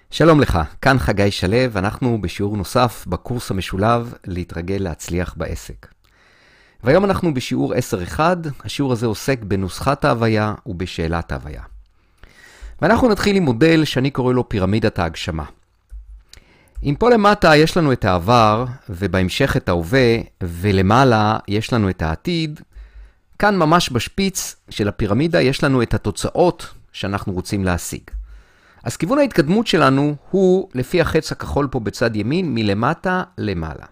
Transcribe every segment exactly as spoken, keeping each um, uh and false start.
שלום לך, כאן חגי שלו, אנחנו בשיעור נוסף בקורס המשולב להתרגל להצליח בעסק. והיום אנחנו בשיעור עשר אחד, השיעור הזה עוסק בנוסחת ההוויה ובשאלת ההוויה. ואנחנו נתחיל עם מודל שאני קורא לו פירמידת ההגשמה. אם פה למטה יש לנו את העבר ובהמשך את ההווה, ולמעלה יש לנו את העתיד, כאן ממש בשפיץ של הפירמידה יש לנו את התוצאות שאנחנו רוצים להשיג. אז כיוון ההתקדמות שלנו הוא לפי החץ הכחול פה בצד ימין, מלמטה למעלה.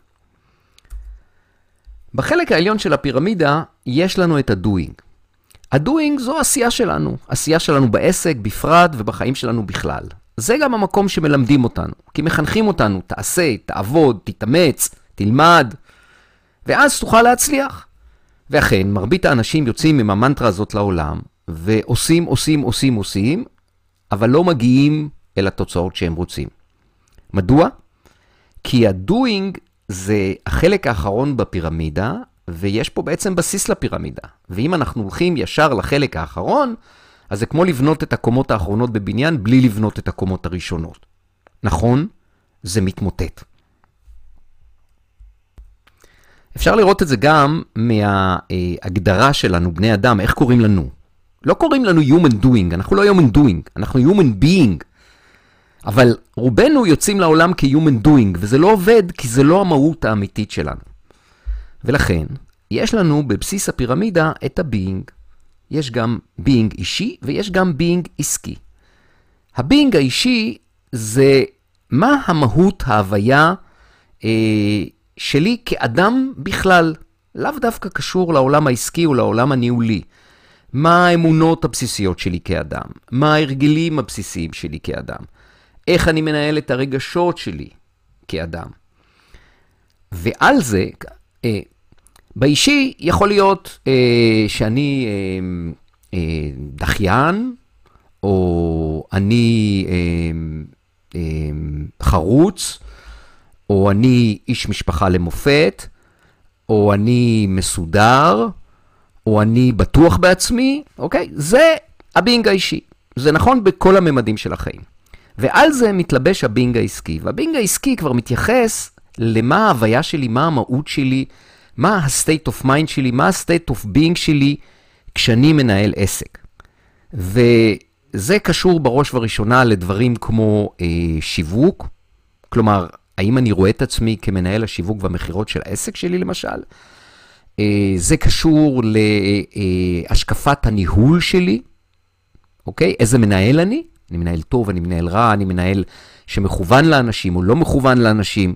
בחלק העליון של הפירמידה יש לנו את ה-doing. ה-doing זו העשייה שלנו, עשייה שלנו בעסק, בפרט ובחיים שלנו בכלל. זה גם המקום שמלמדים אותנו, כי מחנכים אותנו, תעשה, תעבוד, תתאמץ, תלמד, ואז תוכל להצליח. ואכן, מרבית האנשים יוצאים עם המנטרה הזאת לעולם, ועושים, עושים, עושים, עושים, אבל לא מגיעים אל התוצאות שהם רוצים. מדוע? כי ה-doing זה החלק האחרון בפירמידה, ויש פה בעצם בסיס לפירמידה. ואם אנחנו הולכים ישר לחלק האחרון, אז זה כמו לבנות את הקומות האחרונות בבניין, בלי לבנות את הקומות הראשונות. נכון? זה מתמוטט. אפשר לראות את זה גם מההגדרה שלנו, בני אדם, איך קוראים לנו? לא קוראים לנו human doing, אנחנו לא human doing, אנחנו human being. אבל רובנו יוצאים לעולם כ-human doing, וזה לא עובד כי זה לא המהות האמיתית שלנו. ולכן, יש לנו בבסיס הפירמידה את ה-being. יש גם being אישי ויש גם being עסקי. ה-being האישי זה מה המהות ההוויה אה, שלי כאדם בכלל, לאו דווקא קשור לעולם העסקי או לעולם הניהולי. מה האמונות הבסיסיות שלי כאדם? מה ההרגלים הבסיסיים שלי כאדם? איך אני מנהל את הרגשות שלי כאדם? ועל זה, אה, באישי יכול להיות אה, שאני אה, אה, דחיין, או אני אה, אה, חרוץ, או אני איש משפחה למופת, או אני מסודר, או אני בטוח בעצמי, אוקיי? זה הבינג האישי. זה נכון בכל הממדים של החיים. ועל זה מתלבש הבינג העסקי. והבינג העסקי כבר מתייחס למה ההוויה שלי, מה המהות שלי, מה ה-state of mind שלי, מה ה-state of being שלי כשאני מנהל עסק. וזה קשור בראש וראשונה לדברים כמו אה, שיווק. כלומר, האם אני רואה את עצמי כמנהל השיווק והמחירות של העסק שלי למשל? זה קשור להשקפת הניהול שלי, אוקיי? איזה מנהל אני? אני מנהל טוב, אני מנהל רע, אני מנהל שמכוון לאנשים או לא מכוון לאנשים.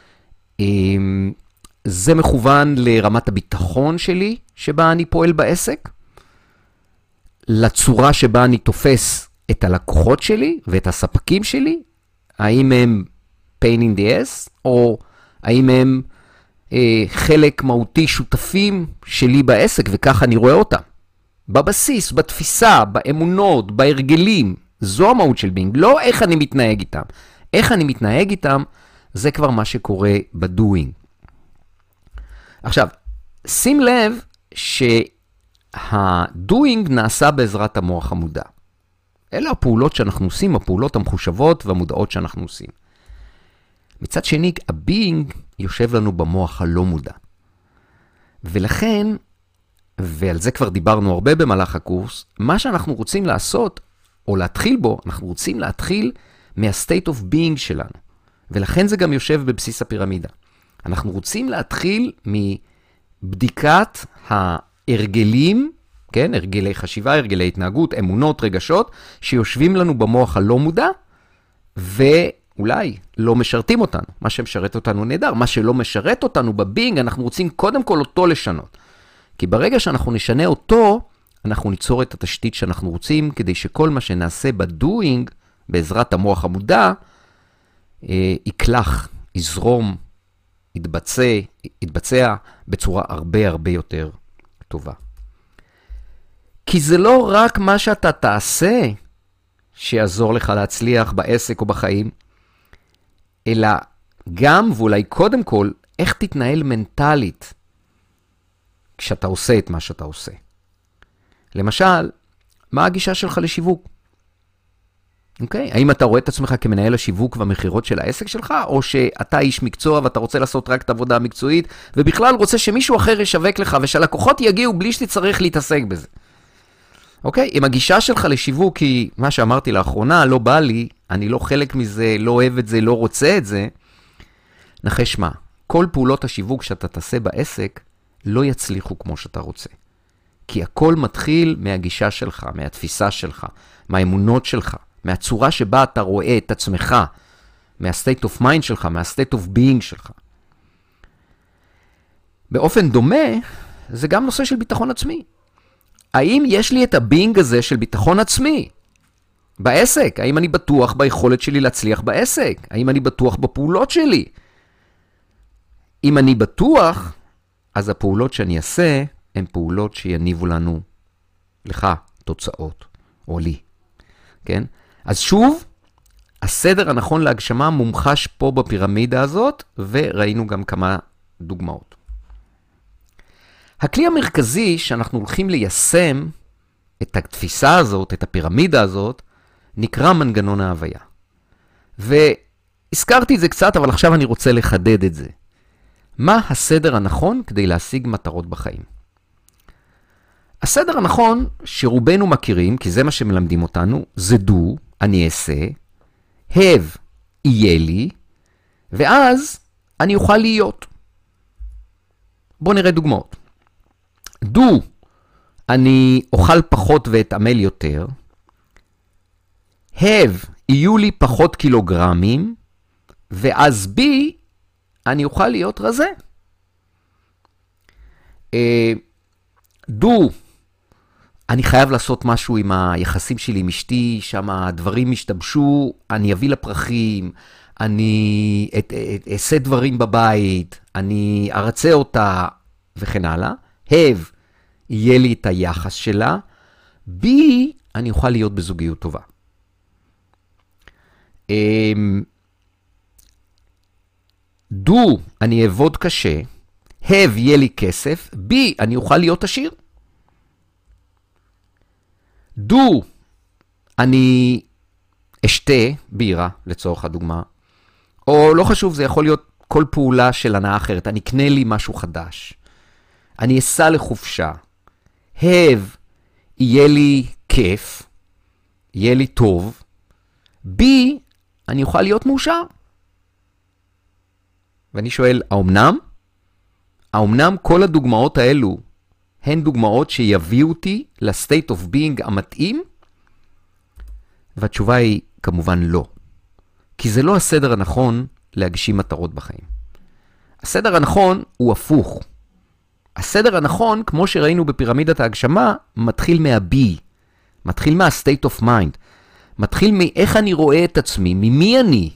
זה מכוון לרמת הביטחון שלי שבה אני פועל בעסק, לצורה שבה אני תופס את הלקוחות שלי ואת הספקים שלי, האם הם pain in the ass, או האם הם חלק מהותי שותפים שלי בעסק, וכך אני רואה אותם. בבסיס, בתפיסה, באמונות, בהרגלים, זו המהות של בינג. לא איך אני מתנהג איתם. איך אני מתנהג איתם, זה כבר מה שקורה בדואינג. עכשיו, שים לב שהדואינג נעשה בעזרת המוח המודע. אלה הפעולות שאנחנו עושים, הפעולות המחושבות והמודעות שאנחנו עושים. מצד שני, הבינג יושב לנו במוח הלא מודע. ולכן, ועל זה כבר דיברנו הרבה במהלך הקורס, מה שאנחנו רוצים לעשות, או להתחיל בו, אנחנו רוצים להתחיל מה-state of being שלנו. ולכן זה גם יושב בבסיס הפירמידה. אנחנו רוצים להתחיל מבדיקת ההרגלים, כן, הרגלי חשיבה, הרגלי התנהגות, אמונות, רגשות, שיושבים לנו במוח הלא מודע, ו... אולי לא משרתים אותנו. מה שמשרת אותנו נהדר. מה שלא משרת אותנו בבינג, אנחנו רוצים קודם כל אותו לשנות. כי ברגע שאנחנו נשנה אותו, אנחנו ניצור את התשתית שאנחנו רוצים, כדי שכל מה שנעשה בדואינג, בעזרת המוח המודע, יקלח, יזרום, יתבצע, יתבצע בצורה הרבה הרבה יותר טובה. כי זה לא רק מה שאתה תעשה, שיעזור לך להצליח בעסק או בחיים, אלא גם, ואולי קודם כל, איך תתנהל מנטלית כשאתה עושה את מה שאתה עושה. למשל, מה הגישה שלך לשיווק? אוקיי? האם אתה רואה את עצמך כמנהל השיווק והמחירות של העסק שלך, או שאתה איש מקצוע ואתה רוצה לעשות רק את העבודה המקצועית, ובכלל רוצה שמישהו אחר ישווק לך, ושהלקוחות יגיעו בלי שתצטרך להתעסק בזה. אוקיי? אם הגישה שלך לשיווק היא, מה שאמרתי לאחרונה, לא בא לי, אני לא חלק מזה, לא אוהב את זה, לא רוצה את זה, נחש מה, כל פעולות השיווק שאתה תעשה בעסק, לא יצליחו כמו שאתה רוצה. כי הכל מתחיל מהגישה שלך, מהתפיסה שלך, מהאמונות שלך, מהצורה שבה אתה רואה את עצמך, מה-state of mind שלך, מה-state of being שלך. באופן דומה, זה גם נושא של ביטחון עצמי. האם יש לי את הביינג הזה של ביטחון עצמי בעסק? האם אני בטוח ביכולת שלי להצליח בעסק? האם אני בטוח בפעולות שלי? אם אני בטוח, אז הפעולות שאני אעשה, הן פעולות שיניבו לנו, לך, תוצאות, או לי. כן? אז שוב, הסדר הנכון להגשמה מומחש פה בפירמידה הזאת, וראינו גם כמה דוגמאות. הכלי המרכזי שאנחנו הולכים ליישם את התפיסה הזאת, את הפירמידה הזאת, נקרא מנגנון ההוויה. והזכרתי את זה קצת, אבל עכשיו אני רוצה לחדד את זה. מה הסדר הנכון כדי להשיג מטרות בחיים? הסדר הנכון שרובנו מכירים, כי זה מה שמלמדים אותנו, זה do, אני אעשה, have, יהיה לי, ואז אני אוכל להיות. בואו נראה דוגמאות. do, אני אוכל פחות ואתעמל יותר, have, יהיו לי פחות קילוגרמים, ואז b, אני אוכל להיות רזה. do, אני חייב לעשות משהו עם היחסים שלי עם אשתי, שם הדברים משתבשו, אני אביא לפרחים, אני אעשה דברים בבית, אני ארצה אותה, וכן הלאה. have, יהיה לי את היחס שלה, b, אני אוכל להיות בזוגיות טובה. do, אני אעבוד קשה, have, יהיה לי כסף, b, אני אוכל להיות עשיר. do, אני אשתה בירה, לצורך הדוגמה, או לא חשוב, זה יכול להיות כל פעולה של הנאה אחרת, אני אקנה לי משהו חדש, אני אסע לחופשה, have, יהיה לי כיף, יהיה לי טוב, b, אני אוכל להיות מאושר. ואני שואל, האומנם? האומנם כל הדוגמאות האלו הן דוגמאות שיביאו אותי ל-state of being המתאים? והתשובה היא כמובן לא. כי זה לא הסדר הנכון להגשים מטרות בחיים. הסדר הנכון הוא הפוך. הסדר הנכון, כמו שראינו בפירמידת ההגשמה, מתחיל מה-B, מתחיל מה-state of mind, מתחיל מאיך אני רואה את עצמי, ממי אני.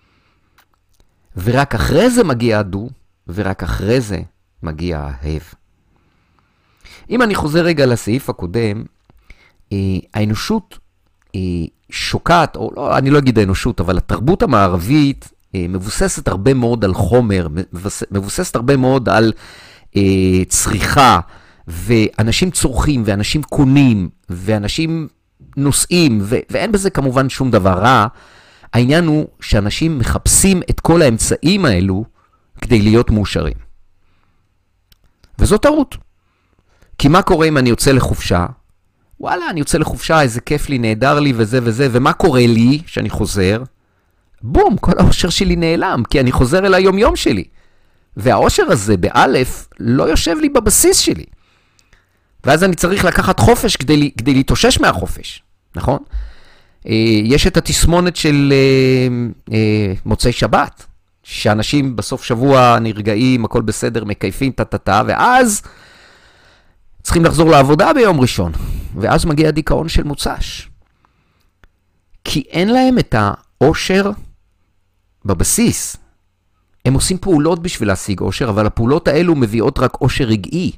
ורק אחרי זה מגיע ה-do, ורק אחרי זה מגיע ה-have. אם אני חוזר רגע לסעיף הקודם, האנושות שוקעת, או לא, אני לא אגיד האנושות, אבל התרבות המערבית מבוססת הרבה מאוד על חומר, מבוססת הרבה מאוד על צריכה, ואנשים צורכים, ואנשים קונים, ואנשים נוסעים, ואין בזה כמובן שום דבר רע. העניין הוא שאנשים מחפשים את כל האמצעים האלו כדי להיות מאושרים. וזאת טעות. כי מה קורה אם אני יוצא לחופשה? וואלה, אני יוצא לחופשה, איזה כיף לי, נהדר לי וזה וזה, ומה קורה לי שאני חוזר? בום, כל האושר שלי נעלם, כי אני חוזר אל היום יום שלי. והאושר הזה באלף לא יושב לי בבסיס שלי. ואז אני צריך לקחת חופש כדי, כדי להתאושש מהחופש, נכון? יש את התסמונת של מוצאי שבת, שאנשים בסוף שבוע נרגעים, הכל בסדר, מקייפים טטטה, ואז צריכים לחזור לעבודה ביום ראשון, ואז מגיע דיכאון של מוצ"ש. כי אין להם את האושר בבסיס. הם עושים פעולות בשביל להשיג אושר, אבל הפעולות האלו מביאות רק אושר רגעי.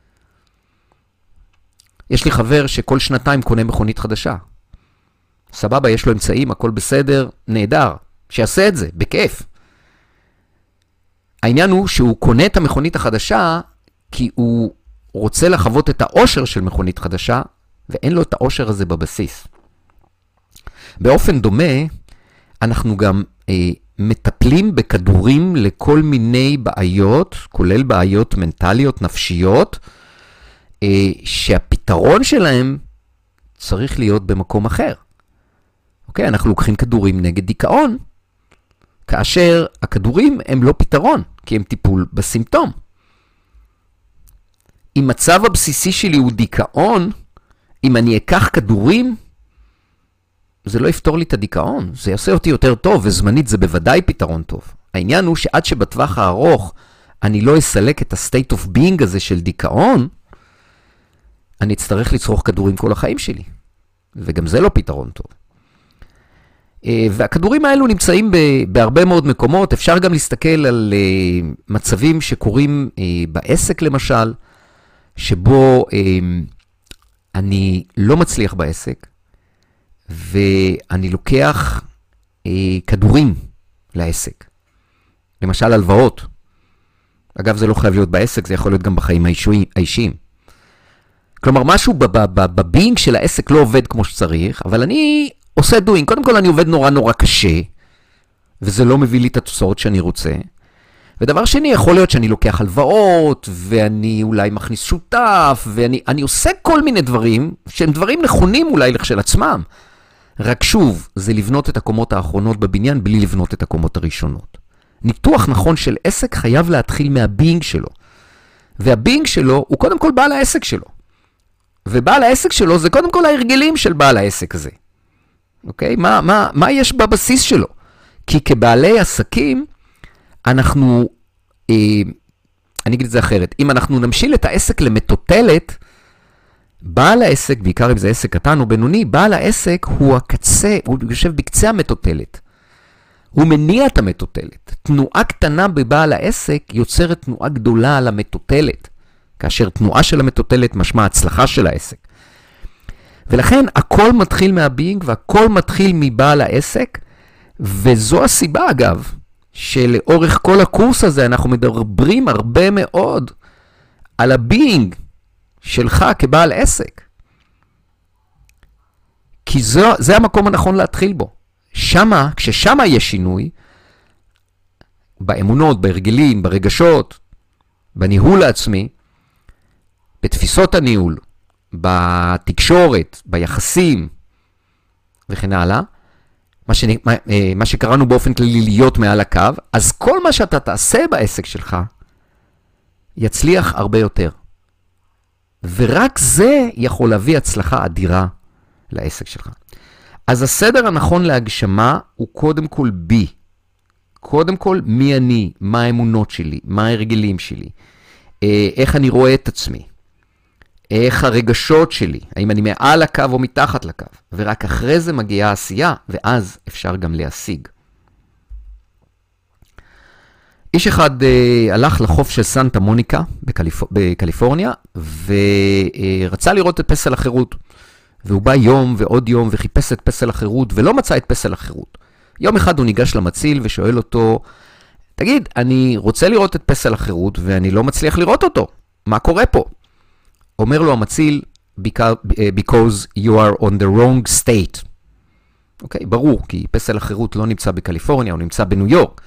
יש לי חבר שכל שנתיים קונה מכונית חדשה. סבבה, יש לו אמצעים, הכל בסדר, נהדר. שיעשה את זה, בכיף. העניין הוא שהוא קונה את המכונית החדשה, כי הוא רוצה לחוות את האושר של מכונית חדשה, ואין לו את האושר הזה בבסיס. באופן דומה, אנחנו גם אה, מטפלים בכדורים לכל מיני בעיות, כולל בעיות מנטליות, נפשיות, אה, שהפתרון שלהם צריך להיות במקום אחר. אוקיי, אנחנו לוקחים כדורים נגד דיכאון, כאשר הכדורים הם לא פתרון, כי הם טיפול בסימפטום. אם מצב הבסיסי שלי הוא דיכאון, אם אני אקח כדורים, זה לא יפתור לי את הדיכאון, זה יעשה אותי יותר טוב, וזמנית זה בוודאי פתרון טוב. העניין הוא שעד שבטווח הארוך אני לא אסלק את ה-state of being הזה של דיכאון, אני אצטרך לצרוך כדורים כל החיים שלי, וגם זה לא פתרון טוב. והכדורים האלו נמצאים בהרבה מאוד מקומות, אפשר גם להסתכל על מצבים שקורים בעסק למשל, שבו אני לא מצליח בעסק, ואני לוקח כדורים לעסק. למשל הלוואות. אגב, זה לא חייב להיות בעסק, זה יכול להיות גם בחיים האישיים. כלומר, משהו בבינג של העסק לא עובד כמו שצריך, אבל אני עושה דוינג. קודם כל, אני עובד נורא נורא קשה, וזה לא מביא לי את התוצאות שאני רוצה. ודבר שני, יכול להיות שאני לוקח הלוואות, ואני אולי מכניס שותף, ואני אני עושה כל מיני דברים, שהם דברים נכונים אולי של עצמם. רק שוב, זה לבנות את הקומות האחרונות בבניין, בלי לבנות את הקומות הראשונות. ניתוח נכון של עסק חייב להתחיל מהבינג שלו. והבינג שלו הוא קודם כל בעל העסק שלו. ובעל העסק שלו זה קודם כל ההרגלים של בעל העסק הזה. אוקיי? מה, מה, מה יש בבסיס שלו? כי כבעלי עסקים, אנחנו, אה, אני אגיד את זה אחרת, אם אנחנו נמשיל את העסק למטוטלת, בעל העסק, בעיקר אם זה עסק קטן או בינוני, בעל העסק הוא הקצה, הוא יושב בקצה המטוטלת. הוא מניע את המטוטלת. תנועה קטנה בבעל העסק יוצרת תנועה גדולה על המטוטלת, כאשר תנועה של המטוטלת משמע הצלחה של העסק. ולכן הכל מתחיל מהבינג והכל מתחיל מבעל העסק, וזו הסיבה אגב, שלאורך כל הקורס הזה אנחנו מדברים הרבה מאוד על הבינג שלך כבעל עסק. כי זו, זה המקום הנכון להתחיל בו. שמה, כששמה יש שינוי, באמונות, בהרגלים, ברגשות, בניהול העצמי, בתפיסות הניהול, בתקשורת, ביחסים וכן הלאה, מה, ש... מה שקראנו באופן כללי להיות מעל הקו, אז כל מה שאתה תעשה בעסק שלך יצליח הרבה יותר. ורק זה יכול להביא הצלחה אדירה לעסק שלך. אז הסדר הנכון להגשמה הוא קודם כל בי. קודם כל מי אני, מה האמונות שלי, מה ההרגלים שלי, איך אני רואה את עצמי, איך הרגשות שלי, האם אני מעל הקו או מתחת לקו, ורק אחרי זה מגיעה העשייה, ואז אפשר גם להשיג. איש אחד אה, הלך לחוף של סנטה מוניקה בקליפ... בקליפורניה, ורצה לראות את פסל החירות. והוא בא יום ועוד יום וחיפש את פסל החירות, ולא מצא את פסל החירות. יום אחד הוא ניגש למציל ושואל אותו, תגיד, אני רוצה לראות את פסל החירות, ואני לא מצליח לראות אותו. מה קורה פה? אומר לו המציל, because you are on the wrong state. אוקיי, ברור, כי פסל החירות לא נמצא בקליפורניה, הוא נמצא בניו יורק.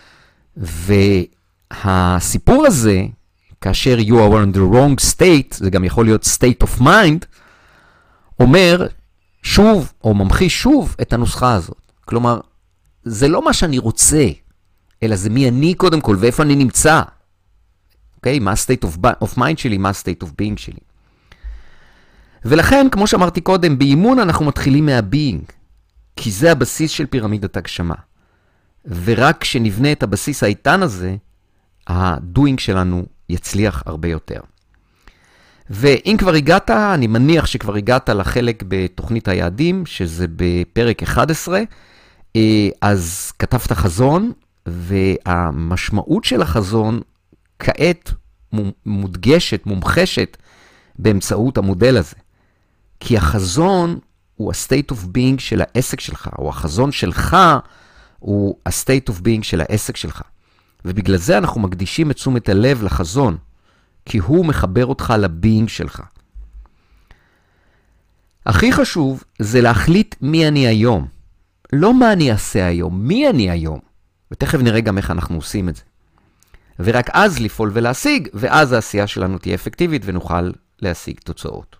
והסיפור הזה, כאשר you are on the wrong state, זה גם יכול להיות state of mind, אומר שוב, או ממחיש שוב, את הנוסחה הזאת. כלומר, זה לא מה שאני רוצה, אלא זה מי אני קודם כל, ואיפה אני נמצא. אוקיי? מה ה-state of, of mind שלי, מה ה-state of being שלי. ולכן, כמו שאמרתי קודם, באימון אנחנו מתחילים מה-being, כי זה הבסיס של פירמידת הגשמה. ורק כשנבנה את הבסיס האיתן הזה, ה-doing שלנו יצליח הרבה יותר. ואם כבר הגעת, אני מניח שכבר הגעת לחלק בתוכנית היעדים, שזה בפרק אחד עשר, אז כתבת חזון, והמשמעות של החזון כעת מודגשת, מומחשת, באמצעות המודל הזה. כי החזון הוא ה-state of being של העסק שלך, או החזון שלך הוא ה-state of being של העסק שלך. ובגלל זה אנחנו מקדישים את תשומת הלב לחזון, כי הוא מחבר אותך לביינג שלך. הכי חשוב זה להחליט מי אני היום. לא מה אני אעשה היום, מי אני היום. ותכף נראה גם איך אנחנו עושים את זה. ורק אז לפעול ולהשיג, ואז העשייה שלנו תהיה אפקטיבית ונוכל להשיג תוצאות.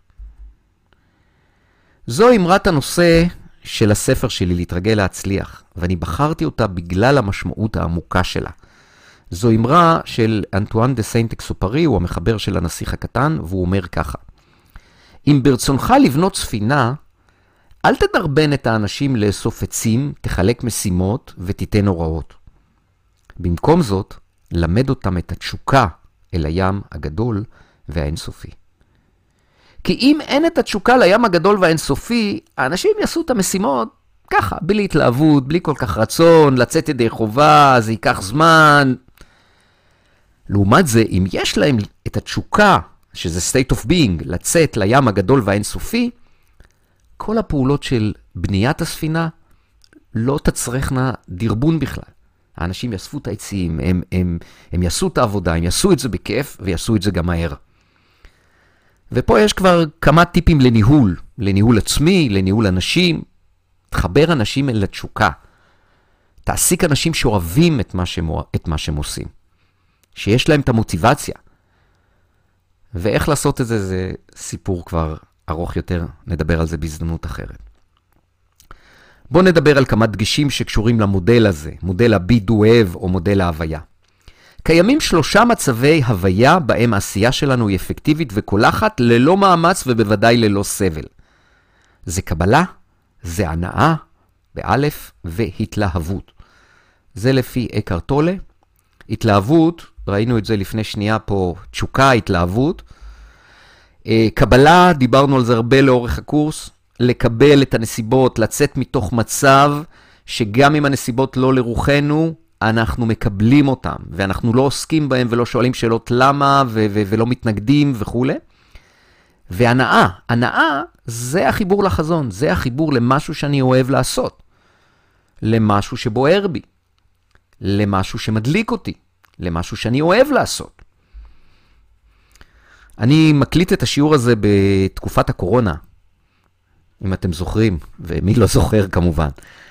זו אמרת הנושא של הספר שלי, להתרגל להצליח, ואני בחרתי אותה בגלל המשמעות העמוקה שלה. זו אמרה של אנטואן דה סנט אקסופרי, הוא המחבר של הנסיך הקטן, והוא אומר ככה: אם ברצונך לבנות ספינה, אל תדרבן את האנשים לאסוף עצים, תחלק משימות ותיתן הוראות. במקום זאת, למד אותם את התשוקה אל הים הגדול והאינסופי. כי אם אין את התשוקה לים הגדול והאינסופי, האנשים יעשו את המשימות ככה, בלי התלהבות, בלי כל כך רצון, לצאת ידי חובה, זה ייקח זמן. לעומת זה, אם יש להם את התשוקה, שזה state of being, לצאת לים הגדול והאינסופי, כל הפעולות של בניית הספינה לא תצרכנה דרבון בכלל. האנשים יאספו את העצים, הם, הם, הם יעשו את העבודה, הם יעשו את זה בכיף ויעשו את זה גם מהר. ופה יש כבר כמה טיפים לניהול, לניהול עצמי, לניהול אנשים. תחבר אנשים אל התשוקה. תעסיק אנשים שאוהבים את מה שהם, את מה שהם עושים. שיש להם את המוטיבציה. ואיך לעשות את זה, זה סיפור כבר ארוך יותר, נדבר על זה בהזדמנות אחרת. בואו נדבר על כמה דגשים שקשורים למודל הזה, מודל הבי-דו-אב או מודל ההוויה. קיימים שלושה מצבי הוויה בהם העשייה שלנו היא אפקטיבית וקולחת ללא מאמץ ובוודאי ללא סבל. זה קבלה, זה הנאה, באלף, והתלהבות. זה לפי אקהרט טולה. התלהבות, ראינו את זה לפני שנייה פה, תשוקה, התלהבות. קבלה, דיברנו על זה הרבה לאורך הקורס, לקבל את הנסיבות, לצאת מתוך מצב שגם אם הנסיבות לא לרוחנו, אנחנו מקבלים אותם, ואנחנו לא עוסקים בהם ולא שואלים שאלות למה ו- ו- ולא מתנגדים וכו'. והנאה, הנאה זה החיבור לחזון, זה החיבור למשהו שאני אוהב לעשות, למשהו שבוער בי, למשהו שמדליק אותי, למשהו שאני אוהב לעשות. אני מקליט את השיעור הזה בתקופת הקורונה, אם אתם זוכרים, ומי לא זוכר כמובן.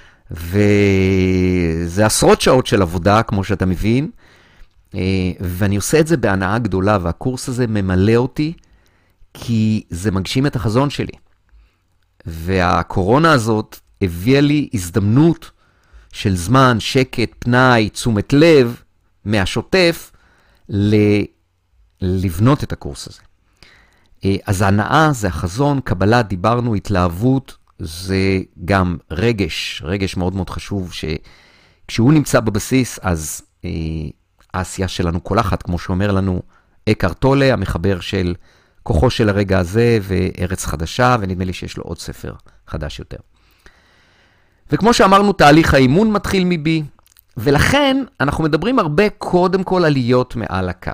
וזה עשרות שעות של עבודה, כמו שאתה מבין, ואני עושה את זה בהנאה גדולה, והקורס הזה ממלא אותי, כי זה מגשים את החזון שלי. והקורונה הזאת הביאה לי הזדמנות של זמן, שקט, פנאי, תשומת לב, מהשוטף, ל- לבנות את הקורס הזה. אז ההנאה זה החזון, קבלה, דיברנו, התלהבות, זה גם רגש, רגש מאוד מאוד חשוב, שכשהוא נמצא בבסיס, אז אה, העשייה שלנו קולחת, כמו שאומר לנו אקהרט טולה, המחבר של כוחו של הרגע הזה, וארץ חדשה, ונדמה לי שיש לו עוד ספר חדש יותר. וכמו שאמרנו, תהליך האימון מתחיל מבי, ולכן אנחנו מדברים הרבה קודם כל על להיות מעל הקו.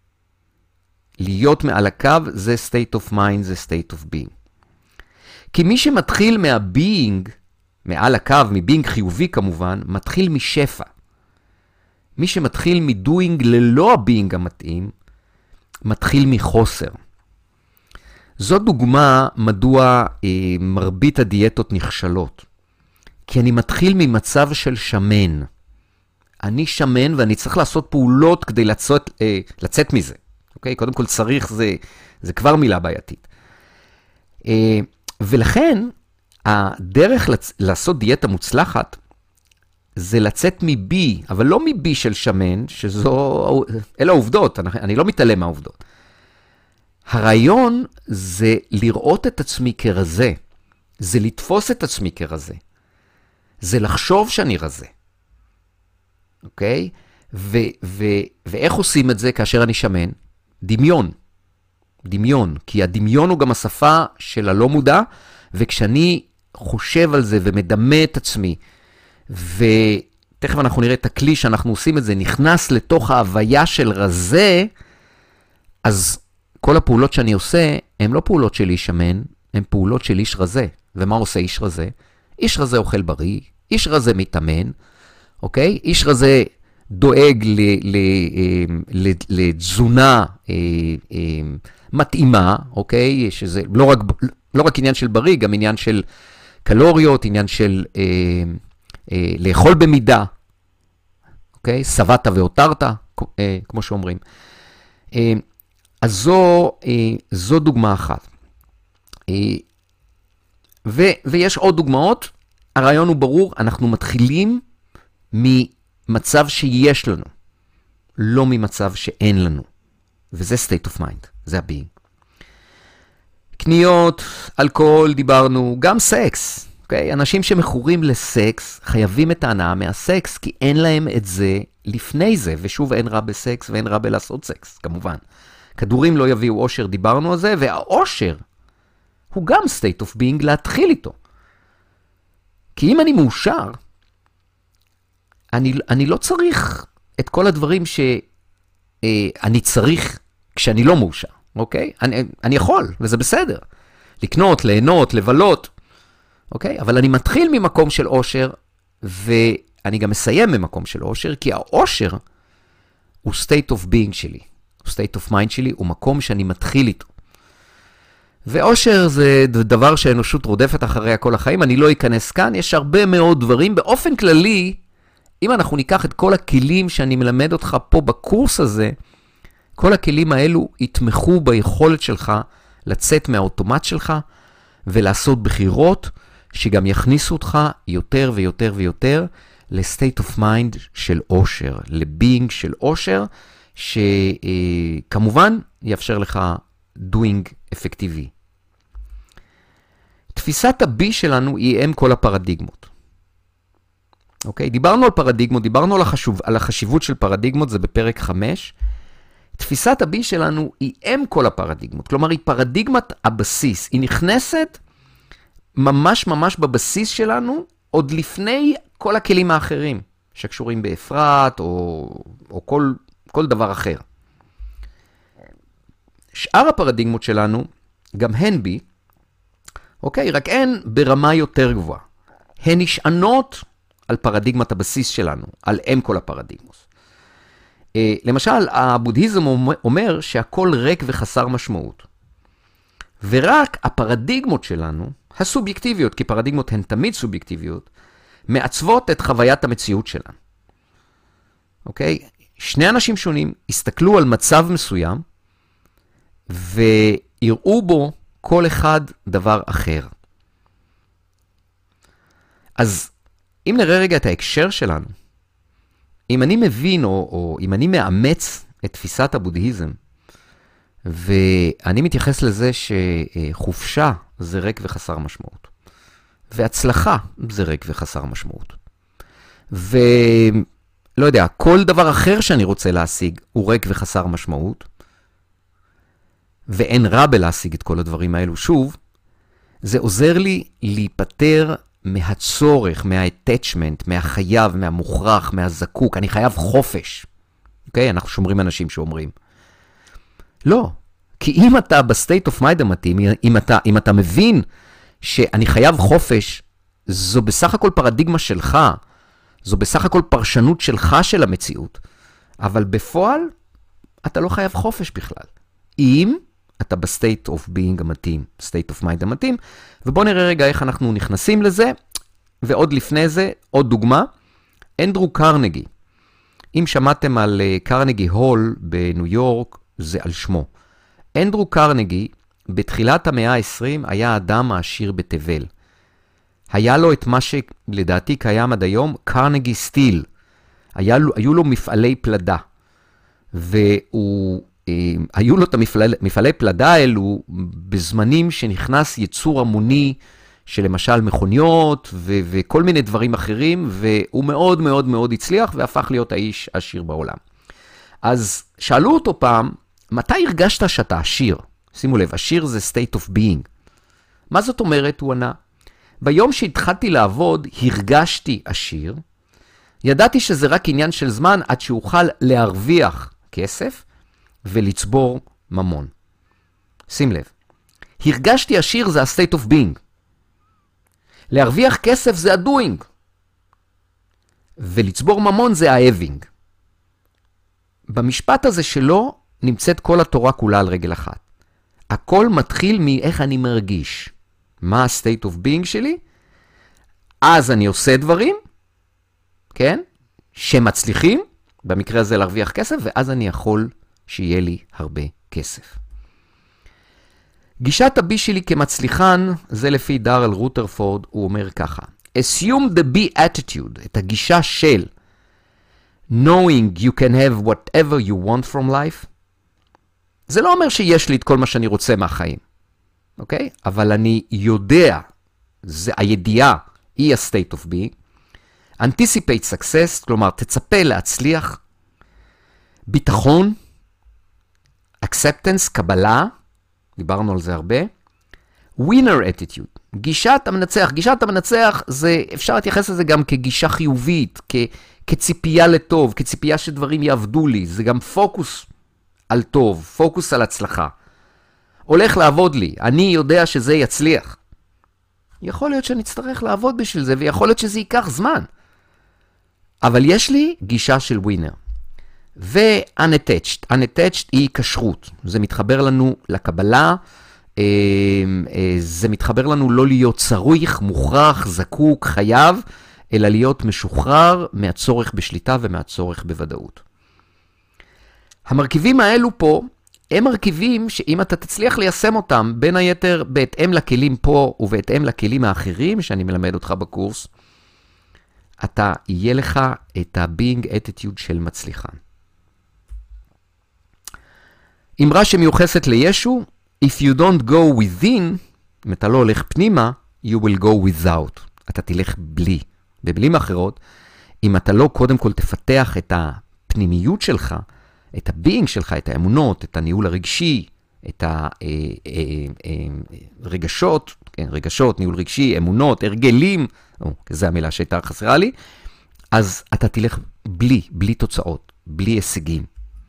להיות מעל הקו זה state of mind, זה state of being. כי מי שמתחיל מה-being, מעל הקו, מ-being חיובי כמובן, מתחיל משפע. מי שמתחיל מ-doing ללא ה-being המתאים, מתחיל מחוסר. זו דוגמה מדוע אה, מרבית הדיאטות נכשלות. כי אני מתחיל ממצב של שמן. אני שמן ואני צריך לעשות פעולות כדי לצאת, אה, לצאת מזה. אוקיי? קודם כל צריך, זה, זה כבר מילה בעייתית. אה, ולכן, הדרך לצ... לעשות דיאטה מוצלחת, זה לצאת מבי, אבל לא מבי של שמן, שזו, אלה העובדות, אני, אני לא מתעלם מהעובדות. הרעיון זה לראות את עצמי כרזה, זה לתפוס את עצמי כרזה, זה לחשוב שאני רזה, אוקיי? ו, ו, ואיך עושים את זה כאשר אני שמן? דמיון. דמיון, כי הדמיון הוא גם השפה של הלא מודע, וכשאני חושב על זה ומדמה את עצמי, ותכף אנחנו נראה את הכלי שאנחנו עושים את זה, נכנס לתוך ההוויה של רזה, אז כל הפעולות שאני עושה, הן לא פעולות של איש שמן, הן פעולות של איש רזה. ומה עושה איש רזה? איש רזה אוכל בריא, איש רזה מתאמן, אוקיי? איש רזה דואג לתזונה מתאימה, אוקיי? שזה לא רק, לא רק עניין של בריא, גם עניין של קלוריות, עניין של אה, אה, לאכול במידה, אוקיי? שבעת והותרת, אה, כמו שאומרים. אה, אז זו, אה, זו דוגמה אחת. אה, ו, ויש עוד דוגמאות, הרעיון הוא ברור, אנחנו מתחילים ממצב שיש לנו, לא ממצב שאין לנו. וזה state of mind, זה ה-being. קניות, אלכוהול, דיברנו, גם סקס. Okay? אנשים שמכורים לסקס חייבים את ההנאה מהסקס, כי אין להם את זה לפני זה, ושוב אין רע בסקס ואין רע בלעשות סקס, כמובן. כדורים לא יביאו אושר, דיברנו על זה, והאושר הוא גם state of being להתחיל איתו. כי אם אני מאושר, אני, אני לא צריך את כל הדברים שאני צריך כשאני לא מאושר, אוקיי? אני, אני יכול, וזה בסדר. לקנות, ליהנות, לבלות, אוקיי? אבל אני מתחיל ממקום של אושר, ואני גם מסיים ממקום של אושר, כי האושר הוא state of being שלי, הוא state of mind שלי, הוא מקום שאני מתחיל איתו. ואושר זה דבר שהאנושות רודפת אחריה כל החיים, אני לא אכנס כאן, יש הרבה מאוד דברים. באופן כללי, אם אנחנו ניקח את כל הכלים שאני מלמד אותך פה בקורס הזה, כל הכלים האלו יתמכו ביכולת שלך לצאת מהאוטומט שלך, ולעשות בחירות שגם יכניסו אותך יותר ויותר ויותר ל-state of mind של אושר, ל-being של אושר, שכמובן יאפשר לך doing אפקטיבי. תפיסת ה-B שלנו היא אם כל הפרדיגמות. אוקיי? דיברנו על פרדיגמות, דיברנו על, החשוב, על החשיבות של פרדיגמות, זה בפרק חמש. תפיסת ה-B שלנו היא אם כל הפרדיגמות, כלומר היא פרדיגמת הבסיס, היא נכנסת ממש ממש בבסיס שלנו, עוד לפני כל הכלים האחרים, שקשורים באפרת או, או כל, כל דבר אחר. שאר הפרדיגמות שלנו, גם הן בי, אוקיי, רק הן ברמה יותר גבוהה. הן נשענות על פרדיגמת הבסיס שלנו, על אם כל הפרדיגמות. למשל, הבודהיזם אומר שהכל ריק וחסר משמעות. ורק הפרדיגמות שלנו, הסובייקטיביות, כי פרדיגמות הן תמיד סובייקטיביות, מעצבות את חוויית המציאות שלנו. אוקיי? שני אנשים שונים הסתכלו על מצב מסוים, ויראו בו כל אחד דבר אחר. אז אם נראה רגע את ההקשר שלנו, אם אני מבין או, או אם אני מאמץ את תפיסת הבודהיזם, ואני מתייחס לזה שחופשה זה ריק וחסר משמעות, והצלחה זה ריק וחסר משמעות, ולא יודע, כל דבר אחר שאני רוצה להשיג הוא ריק וחסר משמעות, ואין רע בלהשיג את כל הדברים האלו שוב, זה עוזר לי להיפטר מהצורך, מה-attachment, מהחייב, מהמוכרח, מהזקוק. אני חייב חופש. אוקיי? אנחנו שומרים אנשים שאומרים. לא. כי אם אתה בסטייט אוף מייד המתאים, אם אתה, אם אתה מבין שאני חייב חופש, זו בסך הכל פרדיגמה שלך, זו בסך הכל פרשנות שלך של המציאות, אבל בפועל אתה לא חייב חופש בכלל. אם אתה בסטייט אוף ביינג המתאים, סטייט אוף מיינד המתאים, ובואו נראה רגע איך אנחנו נכנסים לזה, ועוד לפני זה, עוד דוגמה, אנדרו קרנגי. אם שמעתם על קרנגי הול בניו יורק, זה על שמו. אנדרו קרנגי, בתחילת המאה ה-עשרים, היה האדם העשיר בתבל. היה לו את מה שלדעתי קיים עד היום, קרנגי סטיל. היה, היו לו מפעלי פלדה, והוא... היו לו את המפעלי, מפעלי פלדה האלו בזמנים שנכנס יצור המוני של למשל מכוניות ו- וכל מיני דברים אחרים, והוא מאוד מאוד מאוד הצליח והפך להיות האיש עשיר בעולם. אז שאלו אותו פעם, מתי הרגשת שאתה עשיר? שימו לב, עשיר זה state of being. מה זאת אומרת? הוא ענה, ביום שהתחלתי לעבוד הרגשתי עשיר, ידעתי שזה רק עניין של זמן עד שאוכל להרוויח כסף, ולצבור ממון. שים לב, הרגשתי עשיר זה ה-state of being. להרוויח כסף זה ה-doing. ולצבור ממון זה ה-having. במשפט הזה שלו נמצאת כל התורה כולה על רגל אחת. הכל מתחיל מאיך אני מרגיש. מה ה-state of being שלי? אז אני עושה דברים, כן? שמצליחים, במקרה הזה להרוויח כסף, ואז אני יכול שיהיה לי הרבה כסף. גישת ה-B שלי כמצליחן, זה לפי דארל רוטרפורד, הוא אומר ככה, assume the B attitude, את הגישה של knowing you can have whatever you want from life, זה לא אומר שיש לי את כל מה שאני רוצה מהחיים, אוקיי? אבל אני יודע, זה הידיעה, היא ה-state of being, anticipate success, כלומר, תצפה להצליח, ביטחון, acceptance, קבלה, דיברנו על זה הרבה, winner attitude, גישת המנצח, גישת המנצח, זה, אפשר להתייחס לזה גם כגישה חיובית, כ, כציפייה לטוב, כציפייה שדברים יעבדו לי, זה גם פוקוס על טוב, פוקוס על הצלחה. הולך לעבוד לי, אני יודע שזה יצליח. יכול להיות שאני אצטרך לעבוד בשביל זה, ויכול להיות שזה ייקח זמן. אבל יש לי גישה של ווינר. ו-unattached, unattached היא קשרות. זה מתחבר לנו לקבלה, זה מתחבר לנו לא להיות צריך, מוכרח, זקוק, חייב, אלא להיות משוחרר מהצורך בשליטה ומהצורך בוודאות. המרכיבים האלו פה, הם מרכיבים שאם אתה תצליח ליישם אותם, בין היתר בהתאם לכלים פה ובהתאם לכלים האחרים שאני מלמד אותך בקורס, אתה יהיה לך את ה-being attitude של מצליחן. אמרה שמיוחסת לישו, if you don't go within, אם אתה לא הולך פנימה, you will go without. אתה תלך בלי. בבלים אחרות, אם אתה לא קודם כל תפתח את הפנימיות שלך, את הביינג שלך, את האמונות, את הניהול הרגשי, את הרגשות, כן, רגשות, ניהול רגשי, אמונות, הרגלים, או, זו המילה שהייתה חסרה לי, אז אתה תלך בלי, בלי תוצאות, בלי הישגים.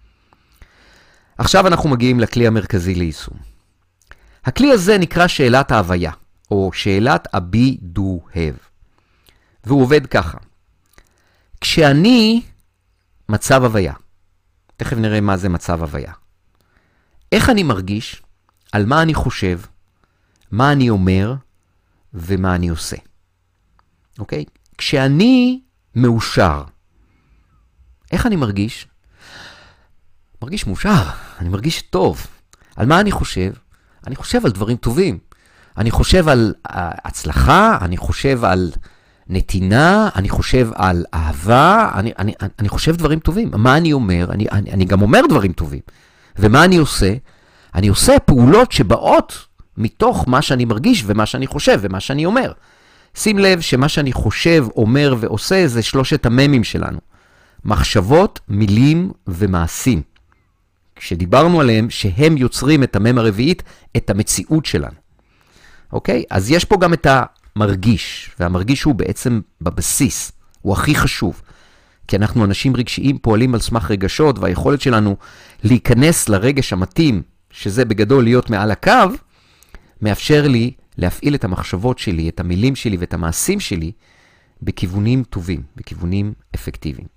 עכשיו אנחנו מגיעים לכלי המרכזי ליישום. הכלי הזה נקרא שאלת ההוויה, או שאלת ה-be do have. והוא עובד ככה. כשאני מצב הוויה, תכף נראה מה זה מצב הוויה. איך אני מרגיש, על מה אני חושב, מה אני אומר ומה אני עושה. אוקיי? כשאני מאושר, איך אני מרגיש? מרגיש מאושר, אני מרגיש טוב. על מה אני חושב? אני חושב על דברים טובים. אני חושב על הצלחה, אני חושב על נתינה, אני חושב על אהבה, אני, אני, אני חושב דברים טובים. מה אני אומר? אני, אני, אני גם אומר דברים טובים. ומה אני עושה? אני עושה פעולות שבאות מתוך מה שאני מרגיש ומה שאני חושב ומה שאני אומר. שים לב שמה שאני חושב, אומר ועושה זה שלושת הממים שלנו. מחשבות, מילים ומעשים. כשדיברנו עליהם שהם יוצרים את המם הרביעית, את המציאות שלנו. אוקיי? אז יש פה גם את המרגיש, והמרגיש הוא בעצם בבסיס, הוא הכי חשוב. כי אנחנו אנשים רגשיים פועלים על סמך רגשות, והיכולת שלנו להיכנס לרגש המתאים, שזה בגדול להיות מעל הקו, מאפשר לי להפעיל את המחשבות שלי, את המילים שלי ואת המעשים שלי, בכיוונים טובים, בכיוונים אפקטיביים.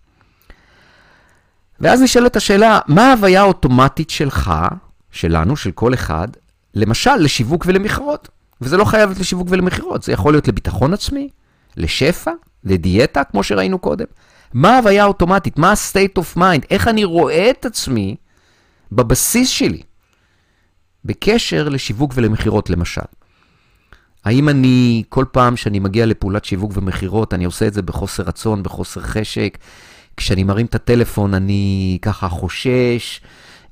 ואז נשאלת השאלה, מה ההוויה האוטומטית שלך, שלנו, של כל אחד, למשל לשיווק ולמכירות? וזה לא חייב להיות לשיווק ולמכירות, זה יכול להיות לביטחון עצמי, לשפע, לדיאטה, כמו שראינו קודם. מה ההוויה האוטומטית? מה ה-state of mind? איך אני רואה את עצמי בבסיס שלי, בקשר לשיווק ולמכירות למשל? האם אני, כל פעם שאני מגיע לפעולת שיווק ומכירות, אני עושה את זה בחוסר רצון, בחוסר חשק, כשאני מרים את הטלפון אני ככה חושש,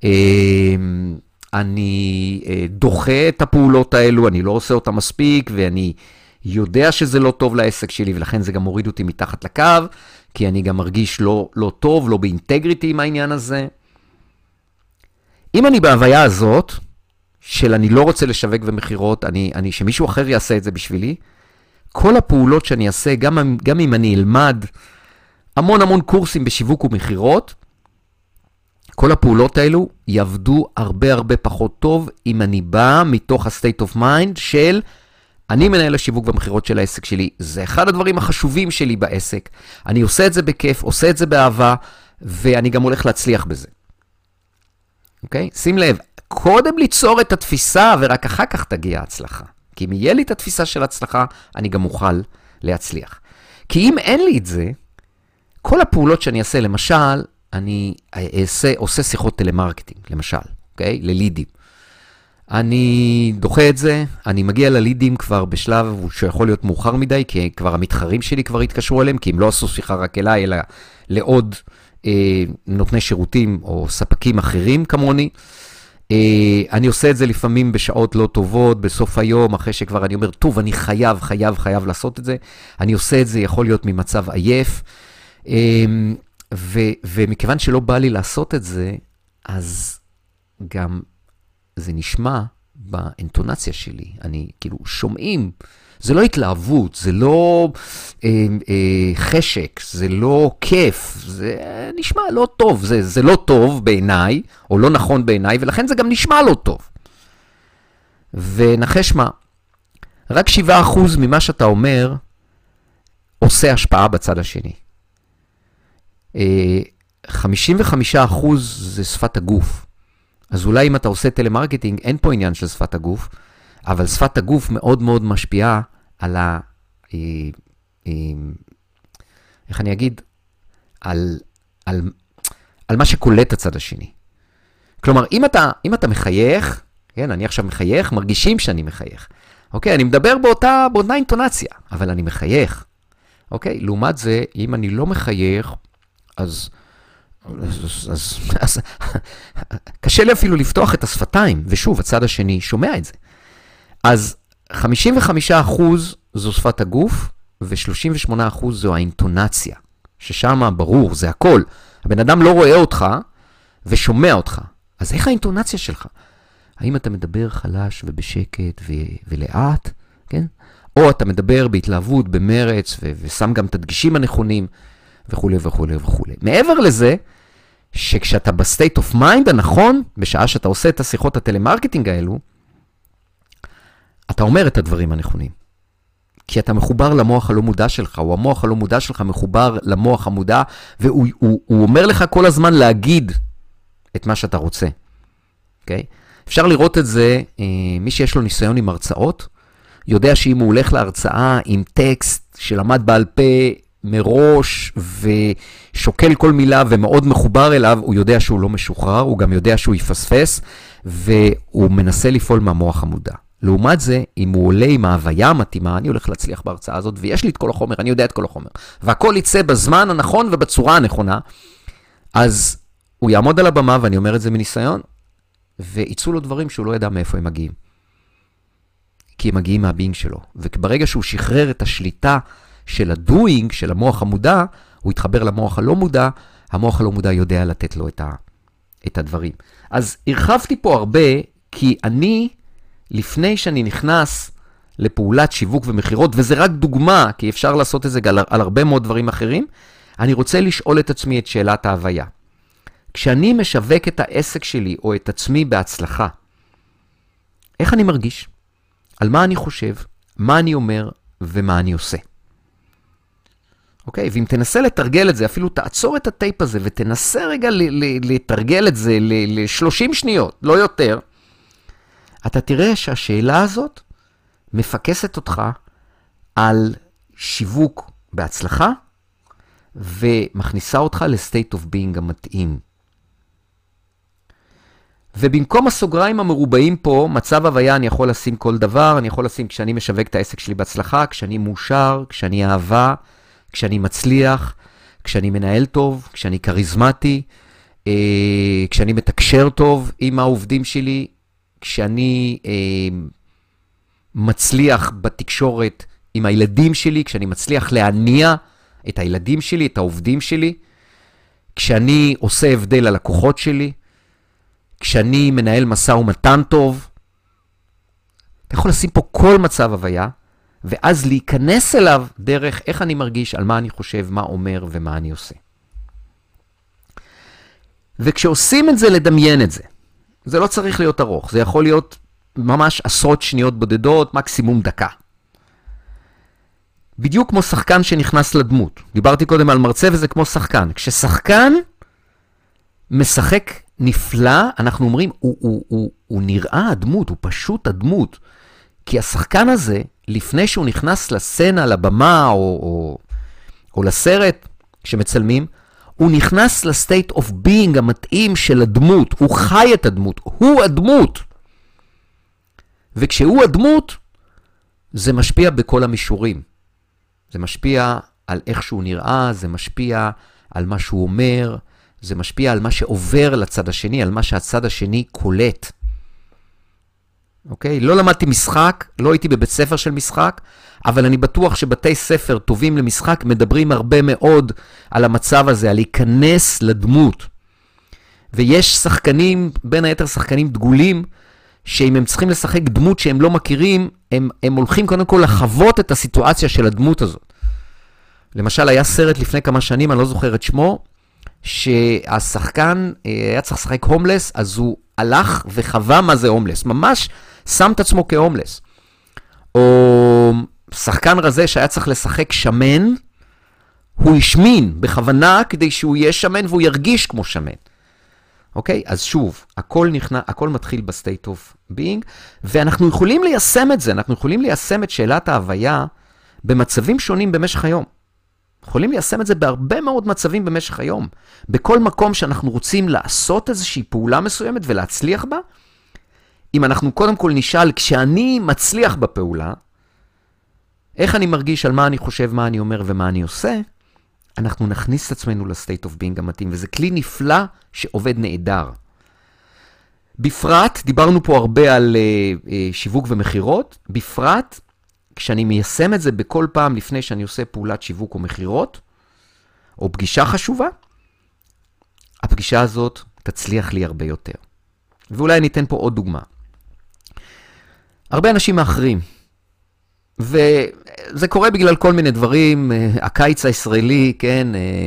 אני דוחה את הפעולות האלו, אני לא עושה אותה מספיק, ואני יודע שזה לא טוב לעסק שלי, ולכן זה גם מוריד אותי מתחת לקו, כי אני גם מרגיש לא, לא טוב, לא באינטגריטי עם העניין הזה. אם אני בהוויה הזאת, של אני לא רוצה לשווק ומכירות, אני, אני, שמישהו אחר יעשה את זה בשבילי, כל הפעולות שאני אעשה, גם, גם אם אני אלמד המון המון קורסים בשיווק ומכירות, כל הפעולות האלו יעבדו הרבה הרבה פחות טוב, אם אני בא מתוך ה-state of mind של אני מנהל השיווק והמכירות של העסק שלי, זה אחד הדברים החשובים שלי בעסק, אני עושה את זה בכיף, עושה את זה באהבה, ואני גם הולך להצליח בזה. אוקיי? שים לב, קודם ליצור את התפיסה, ורק אחר כך תגיע ההצלחה. כי אם יהיה לי את התפיסה של הצלחה, אני גם אוכל להצליח. כי אם אין לי את זה, כל הפעולות שאני אעשה, למשל, אני אעשה, עושה שיחות טלמרקטינג, למשל, אוקיי? ללידים. אני דוחה את זה, אני מגיע ללידים כבר בשלב שיכול להיות מאוחר מדי, כי כבר המתחרים שלי כבר התקשרו אליהם, כי הם לא עשו שיחה רק אליי, אלא לעוד אה, נותני שירותים או ספקים אחרים כמוני. אה, אני עושה את זה לפעמים בשעות לא טובות, בסוף היום, אחרי שכבר אני אומר, טוב, אני חייב, חייב, חייב לעשות את זה. אני עושה את זה, יכול להיות ממצב עייף. אה, ו- ומכיוון שלא בא לי לעשות את זה, אז גם זה נשמע באינטונציה שלי. אני כאילו שומעים, זה לא התלהבות, זה לא אה, אה, חשק, זה לא כיף, זה נשמע לא טוב, זה, זה לא טוב בעיניי, או לא נכון בעיניי, ולכן זה גם נשמע לא טוב. ונחש מה, רק שבעה אחוז ממה שאתה אומר, עושה השפעה בצד השני. חמישים וחמישה אחוז זה שפת הגוף. אז אולי אם אתה עושה טלמרקטינג, אין פה עניין של שפת הגוף, אבל שפת הגוף מאוד מאוד משפיעה על ה... איך אני אגיד? על, על, על מה שקולט הצד השני. כלומר, אם אתה, אם אתה מחייך, כן, אני עכשיו מחייך, מרגישים שאני מחייך. אוקיי, אני מדבר באותה, באותה אינטונציה, אבל אני מחייך. אוקיי, לעומת זה, אם אני לא מחייך, אז, אז, אז, אז קשה לי אפילו לפתוח את השפתיים, ושוב, הצד השני שומע את זה. אז חמישים וחמישה אחוז זו שפת הגוף, ו-שלושים ושמונה אחוז זו האינטונציה, ששם ברור, זה הכל. הבן אדם לא רואה אותך, ושומע אותך. אז איך האינטונציה שלך? האם אתה מדבר חלש ובשקט ו- ולאט, כן? או אתה מדבר בהתלהבות, במרץ, ו- ושם גם את הדגישים הנכונים, וכו' וכו' וכו'. מעבר לזה, שכשאתה בסטייט אוף מיינד הנכון, בשעה שאתה עושה את השיחות הטלמרקטינג האלו, אתה אומר את הדברים הנכונים. כי אתה מחובר למוח הלא מודע שלך, או המוח הלא מודע שלך מחובר למוח המודע, והוא הוא, הוא אומר לך כל הזמן להגיד את מה שאתה רוצה. Okay? אפשר לראות את זה, מי שיש לו ניסיון עם הרצאות, יודע שאם הוא הולך להרצאה עם טקסט שלמד בעל פה מראש ושוקל כל מילה ומאוד מחובר אליו, הוא יודע שהוא לא משוחרר, הוא גם יודע שהוא יפספס, והוא מנסה לפעול מהמוח המודע. לעומת זה, אם הוא עולה עם ההוויה המתאימה, אני הולך להצליח בהרצאה הזאת, ויש לי את כל החומר, אני יודע את כל החומר, והכל יצא בזמן הנכון ובצורה הנכונה, אז הוא יעמוד על הבמה, ואני אומר את זה מניסיון, ויצאו לו דברים שהוא לא ידע מאיפה הם מגיעים. כי הם מגיעים מהבינג שלו. וברגע שהוא שחרר את השליטה של הדוינג, של המוח המודע, הוא יתחבר למוח הלא מודע, המוח הלא מודע יודע לתת לו את, ה, את הדברים. אז הרחבתי פה הרבה, כי אני, לפני שאני נכנס לפעולת שיווק ומחירות, וזה רק דוגמה, כי אפשר לעשות את זה על, על הרבה מאוד דברים אחרים, אני רוצה לשאול את עצמי את שאלת ההוויה. כשאני משווק את העסק שלי או את עצמי בהצלחה, איך אני מרגיש? על מה אני חושב, מה אני אומר ומה אני עושה. אוקיי, ואם תנסה לתרגל את זה, אפילו תעצור את הטייפ הזה ותנסה רגע לתרגל את זה ל-שלושים שניות, לא יותר, אתה תראה שהשאלה הזאת מפקסת אותך על שיווק בהצלחה, ומכניסה אותך לסטייט אוף ביינג המתאים. ובמקום הסוגריים המרובעים פה, מצב הוויה אני יכול לשים כל דבר, אני יכול לשים כשאני משווק את העסק שלי בהצלחה, כשאני מאושר, כשאני אהבה, כשאני מצליח, כשאני מנהל טוב, כשאני קריזמטי, אה, כשאני מתקשר טוב עם העובדים שלי, כשאני אה, מצליח בתקשורת עם הילדים שלי, כשאני מצליח להניע את הילדים שלי, את העובדים שלי, כשאני עושה הבדל ללקוחות שלי, כשאני מנהל מסע ומתן טוב, אתה יכול לשים פה כל מצב הוויה, ואז להיכנס אליו דרך איך אני מרגיש, על מה אני חושב, מה אומר ומה אני עושה. וכשעושים את זה, לדמיין את זה. זה לא צריך להיות ארוך, זה יכול להיות ממש עשרות שניות בודדות, מקסימום דקה. בדיוק כמו שחקן שנכנס לדמות. דיברתי קודם על מרצה וזה כמו שחקן. כששחקן משחק נפלא, אנחנו אומרים, הוא, הוא, הוא, הוא נראה הדמות, הוא פשוט הדמות. כי השחקן הזה, לפני שהוא נכנס לסצנה, לבמה או, או, או לסרט שמצלמים, הוא נכנס לסטייט אוף ביינג המתאים של הדמות, הוא חי את הדמות, הוא הדמות. וכשהוא הדמות, זה משפיע בכל המישורים. זה משפיע על איך שהוא נראה, זה משפיע על מה שהוא אומר, זה משפיע על מה שעובר לצד השני, על מה שהצד השני קולט. אוקיי? לא למדתי משחק, לא הייתי בבית ספר של משחק, אבל אני בטוח שבתי ספר טובים למשחק מדברים הרבה מאוד על המצב הזה, על להיכנס לדמות. ויש שחקנים, בין היתר שחקנים דגולים, שאם הם צריכים לשחק דמות שהם לא מכירים, הם, הם הולכים קודם כל לחוות את הסיטואציה של הדמות הזאת. למשל, היה סרט לפני כמה שנים, אני לא זוכר את שמו, שהשחקן היה צריך לשחק הומלס, אז הוא הלך וחווה מה זה הומלס. ממש שם את עצמו כהומלס. או שחקן רזה שהיה צריך לשחק שמן, הוא השמין בכוונה כדי שהוא יהיה שמן והוא ירגיש כמו שמן. אוקיי? אז שוב, הכל נכנע, הכל מתחיל בסטייט אוף ביינג, ואנחנו יכולים ליישם את זה, אנחנו יכולים ליישם את שאלת ההוויה במצבים שונים במשך היום. יכולים ליישם את זה בהרבה מאוד מצבים במשך היום. בכל מקום שאנחנו רוצים לעשות איזושהי פעולה מסוימת ולהצליח בה, אם אנחנו קודם כל נשאל, כשאני מצליח בפעולה, איך אני מרגיש על מה אני חושב, מה אני אומר ומה אני עושה, אנחנו נכניס את עצמנו לסטייט אוף ביינג המתאים, וזה כלי נפלא שעובד נהדר. בפרט, דיברנו פה הרבה על uh, uh, שיווק ומחירות, בפרט, כשאני מיישם את זה בכל פעם לפני שאני עושה פעולת שיווק או מחירות, או פגישה חשובה, הפגישה הזאת תצליח לי הרבה יותר. ואולי אני אתן פה עוד דוגמה. הרבה אנשים מאחרים, וזה קורה בגלל כל מיני דברים, הקיץ הישראלי, כן,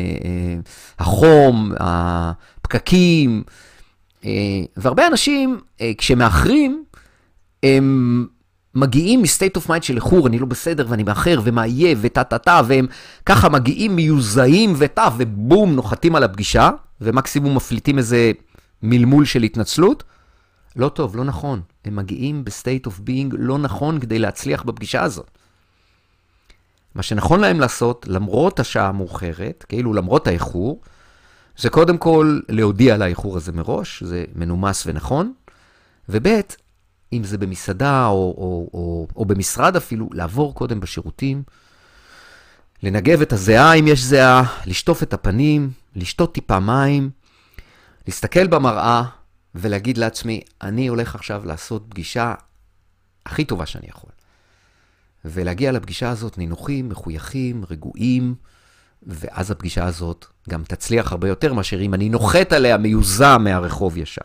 החום, הפקקים, והרבה אנשים, כשמאחרים, הם מגיעים מסטייט אוף מיינד של איחור, אני לא בסדר ואני מאחר ומה יהיה וטה-טה-טה, והם ככה מגיעים מיוזעים וטה, ובום, נוחתים על הפגישה, ומקסימום מפליטים איזה מלמול של התנצלות. לא טוב, לא נכון. הם מגיעים בסטייט אוף ביינג לא נכון כדי להצליח בפגישה הזאת. מה שנכון להם לעשות, למרות השעה המאוחרת, כאילו למרות האיחור, זה קודם כל להודיע על האיחור הזה מראש, זה מנומס ונכון, ובית, אם זה במסעדה או, או, או, או במשרד אפילו, לעבור קודם בשירותים, לנגב את הזיעה אם יש זיעה, לשטוף את הפנים, לשתות טיפה מים, להסתכל במראה ולהגיד לעצמי, אני הולך עכשיו לעשות פגישה הכי טובה שאני יכול. ולהגיע לפגישה הזאת נינוחים, מחויכים, רגועים, ואז הפגישה הזאת גם תצליח הרבה יותר מאשר אם אני נוחת עליה מיוזע מהרחוב ישר.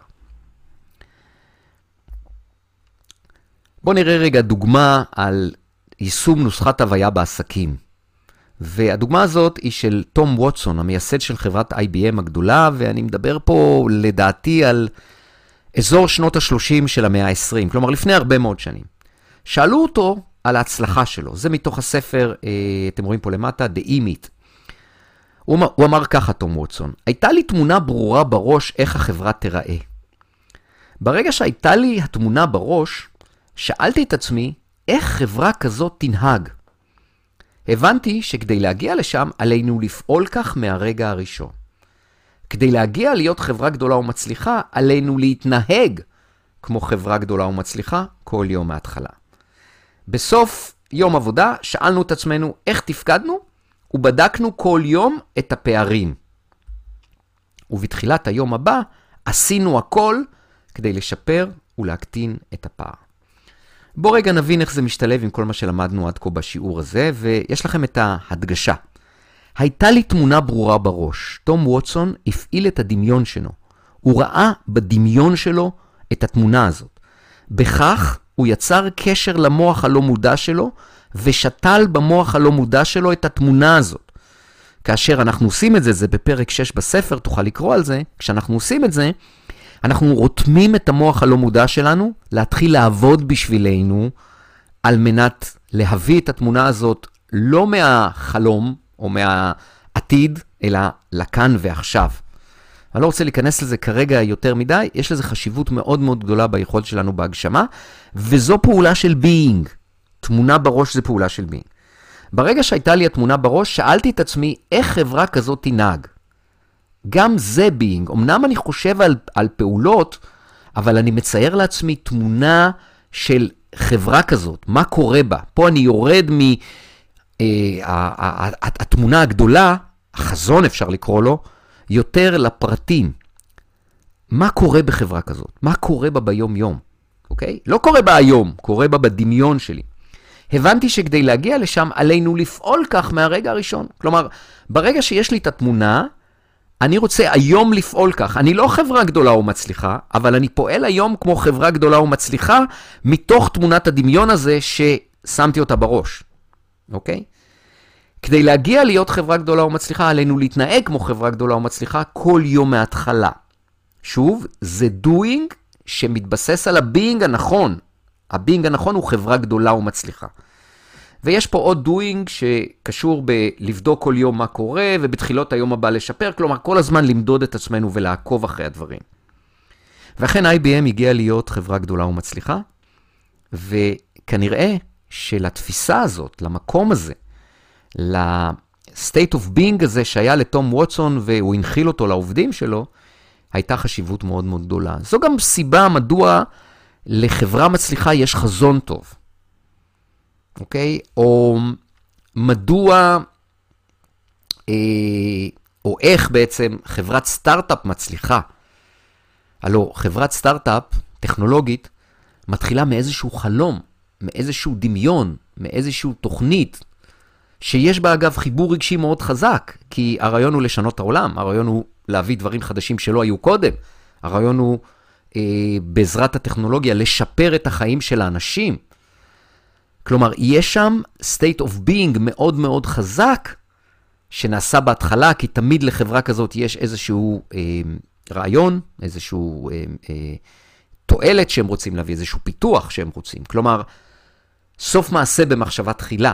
בואו נראה רגע דוגמה על יישום נוסחת הוויה בעסקים. והדוגמה הזאת היא של תום ווטסון, המייסד של חברת איי בי אם הגדולה, ואני מדבר פה לדעתי על אזור שנות ה-שלושים של המאה ה-עשרים, כלומר לפני הרבה מאוד שנים. שאלו אותו על ההצלחה שלו, זה מתוך הספר, אתם רואים פה למטה, The E-Myth. הוא, הוא אמר ככה, תום ווטסון, הייתה לי תמונה ברורה בראש איך החברה תיראה. ברגע שהייתה לי התמונה בראש, שאלתי את עצמי, איך חברה כזאת תנהג? הבנתי שכדי להגיע לשם, עלינו לפעול כך מהרגע הראשון. כדי להגיע להיות חברה גדולה ומצליחה, עלינו להתנהג כמו חברה גדולה ומצליחה כל יום מההתחלה. בסוף יום עבודה, שאלנו את עצמנו איך תפקדנו, ובדקנו כל יום את הפערים. ובתחילת היום הבא, עשינו הכל כדי לשפר ולהקטין את הפער. בואו רגע נבין איך זה משתלב עם כל מה שלמדנו עד כה בשיעור הזה, ויש לכם את ההדגשה. הייתה לי תמונה ברורה בראש. תום ווטסון הפעיל את הדמיון שלו. הוא ראה בדמיון שלו את התמונה הזאת. בכך הוא יצר קשר למוח הלא מודע שלו, ושתל במוח הלא מודע שלו את התמונה הזאת. כאשר אנחנו עושים את זה, זה בפרק שש בספר, תוכל לקרוא על זה, כשאנחנו עושים את זה, אנחנו רותמים את המוח הלא מודע שלנו, להתחיל לעבוד בשבילנו, על מנת להביא את התמונה הזאת, לא מהחלום או מהעתיד, אלא לכאן ועכשיו. אני לא רוצה להיכנס לזה כרגע יותר מדי, יש לזה חשיבות מאוד מאוד גדולה ביכולת שלנו בהגשמה, וזו פעולה של being, התמונה בראש זה פעולה של being. ברגע שהייתה לי התמונה בראש, שאלתי את עצמי, איך חברה כזאת תנהג? גם זה being. אמנם אני חושב על, על פעולות, אבל אני מצייר לעצמי תמונה של חברה כזאת, מה קורה בה? פה אני יורד מהתמונה הגדולה, החזון אפשר לקרוא לו, יותר לפרטים. מה קורה בחברה כזאת? מה קורה בה ביום יום? אוקיי? לא קורה בה היום, קורה בה בדמיון שלי. הבנתי שכדי להגיע לשם עלינו לפעול כך מהרגע הראשון. כלומר, ברגע שיש לי את התמונה, אני רוצה היום לפעול כך. אני לא חברה גדולה או מצליחה, אבל אני פועל היום כמו חברה גדולה או מצליחה, מתוך תמונת הדמיון הזה ששמתי אותה בראש. אוקיי? כדי להגיע להיות חברה גדולה או מצליחה, עלינו להתנהג כמו חברה גדולה או מצליחה כל יום מההתחלה. שוב, זה doing שמתבסס על ה-being הנכון. ה-being הנכון הוא חברה גדולה או מצליחה. ויש פה עוד doing שקשור בלבדוק כל יום מה קורה, ובתחילות היום הבא לשפר, כלומר כל הזמן למדוד את עצמנו ולעקוב אחרי הדברים. ואכן איי בי אם הגיעה להיות חברה גדולה ומצליחה, וכנראה שלתפיסה הזאת, למקום הזה, ל-state of being הזה שהיה לתום ווטסון, והוא הנחיל אותו לעובדים שלו, הייתה חשיבות מאוד מאוד גדולה. זו גם סיבה מדוע לחברה מצליחה יש חזון טוב. אוקיי? או מדוע, אה, או איך בעצם חברת סטארט-אפ מצליחה. הלוא חברת סטארט-אפ טכנולוגית מתחילה מאיזשהו חלום, מאיזשהו דמיון, מאיזשהו תוכנית, שיש בה אגב חיבור רגשי מאוד חזק, כי הרעיון הוא לשנות את העולם, הרעיון הוא להביא דברים חדשים שלא היו קודם, הרעיון הוא אה, בעזרת הטכנולוגיה לשפר את החיים של האנשים. כלומר, יש שם state of being מאוד מאוד חזק, שנעשה בהתחלה, כי תמיד לחברה כזאת יש איזשהו אה, רעיון, איזשהו אה, אה, תועלת שהם רוצים להביא, איזשהו פיתוח שהם רוצים. כלומר, סוף מעשה במחשבה תחילה.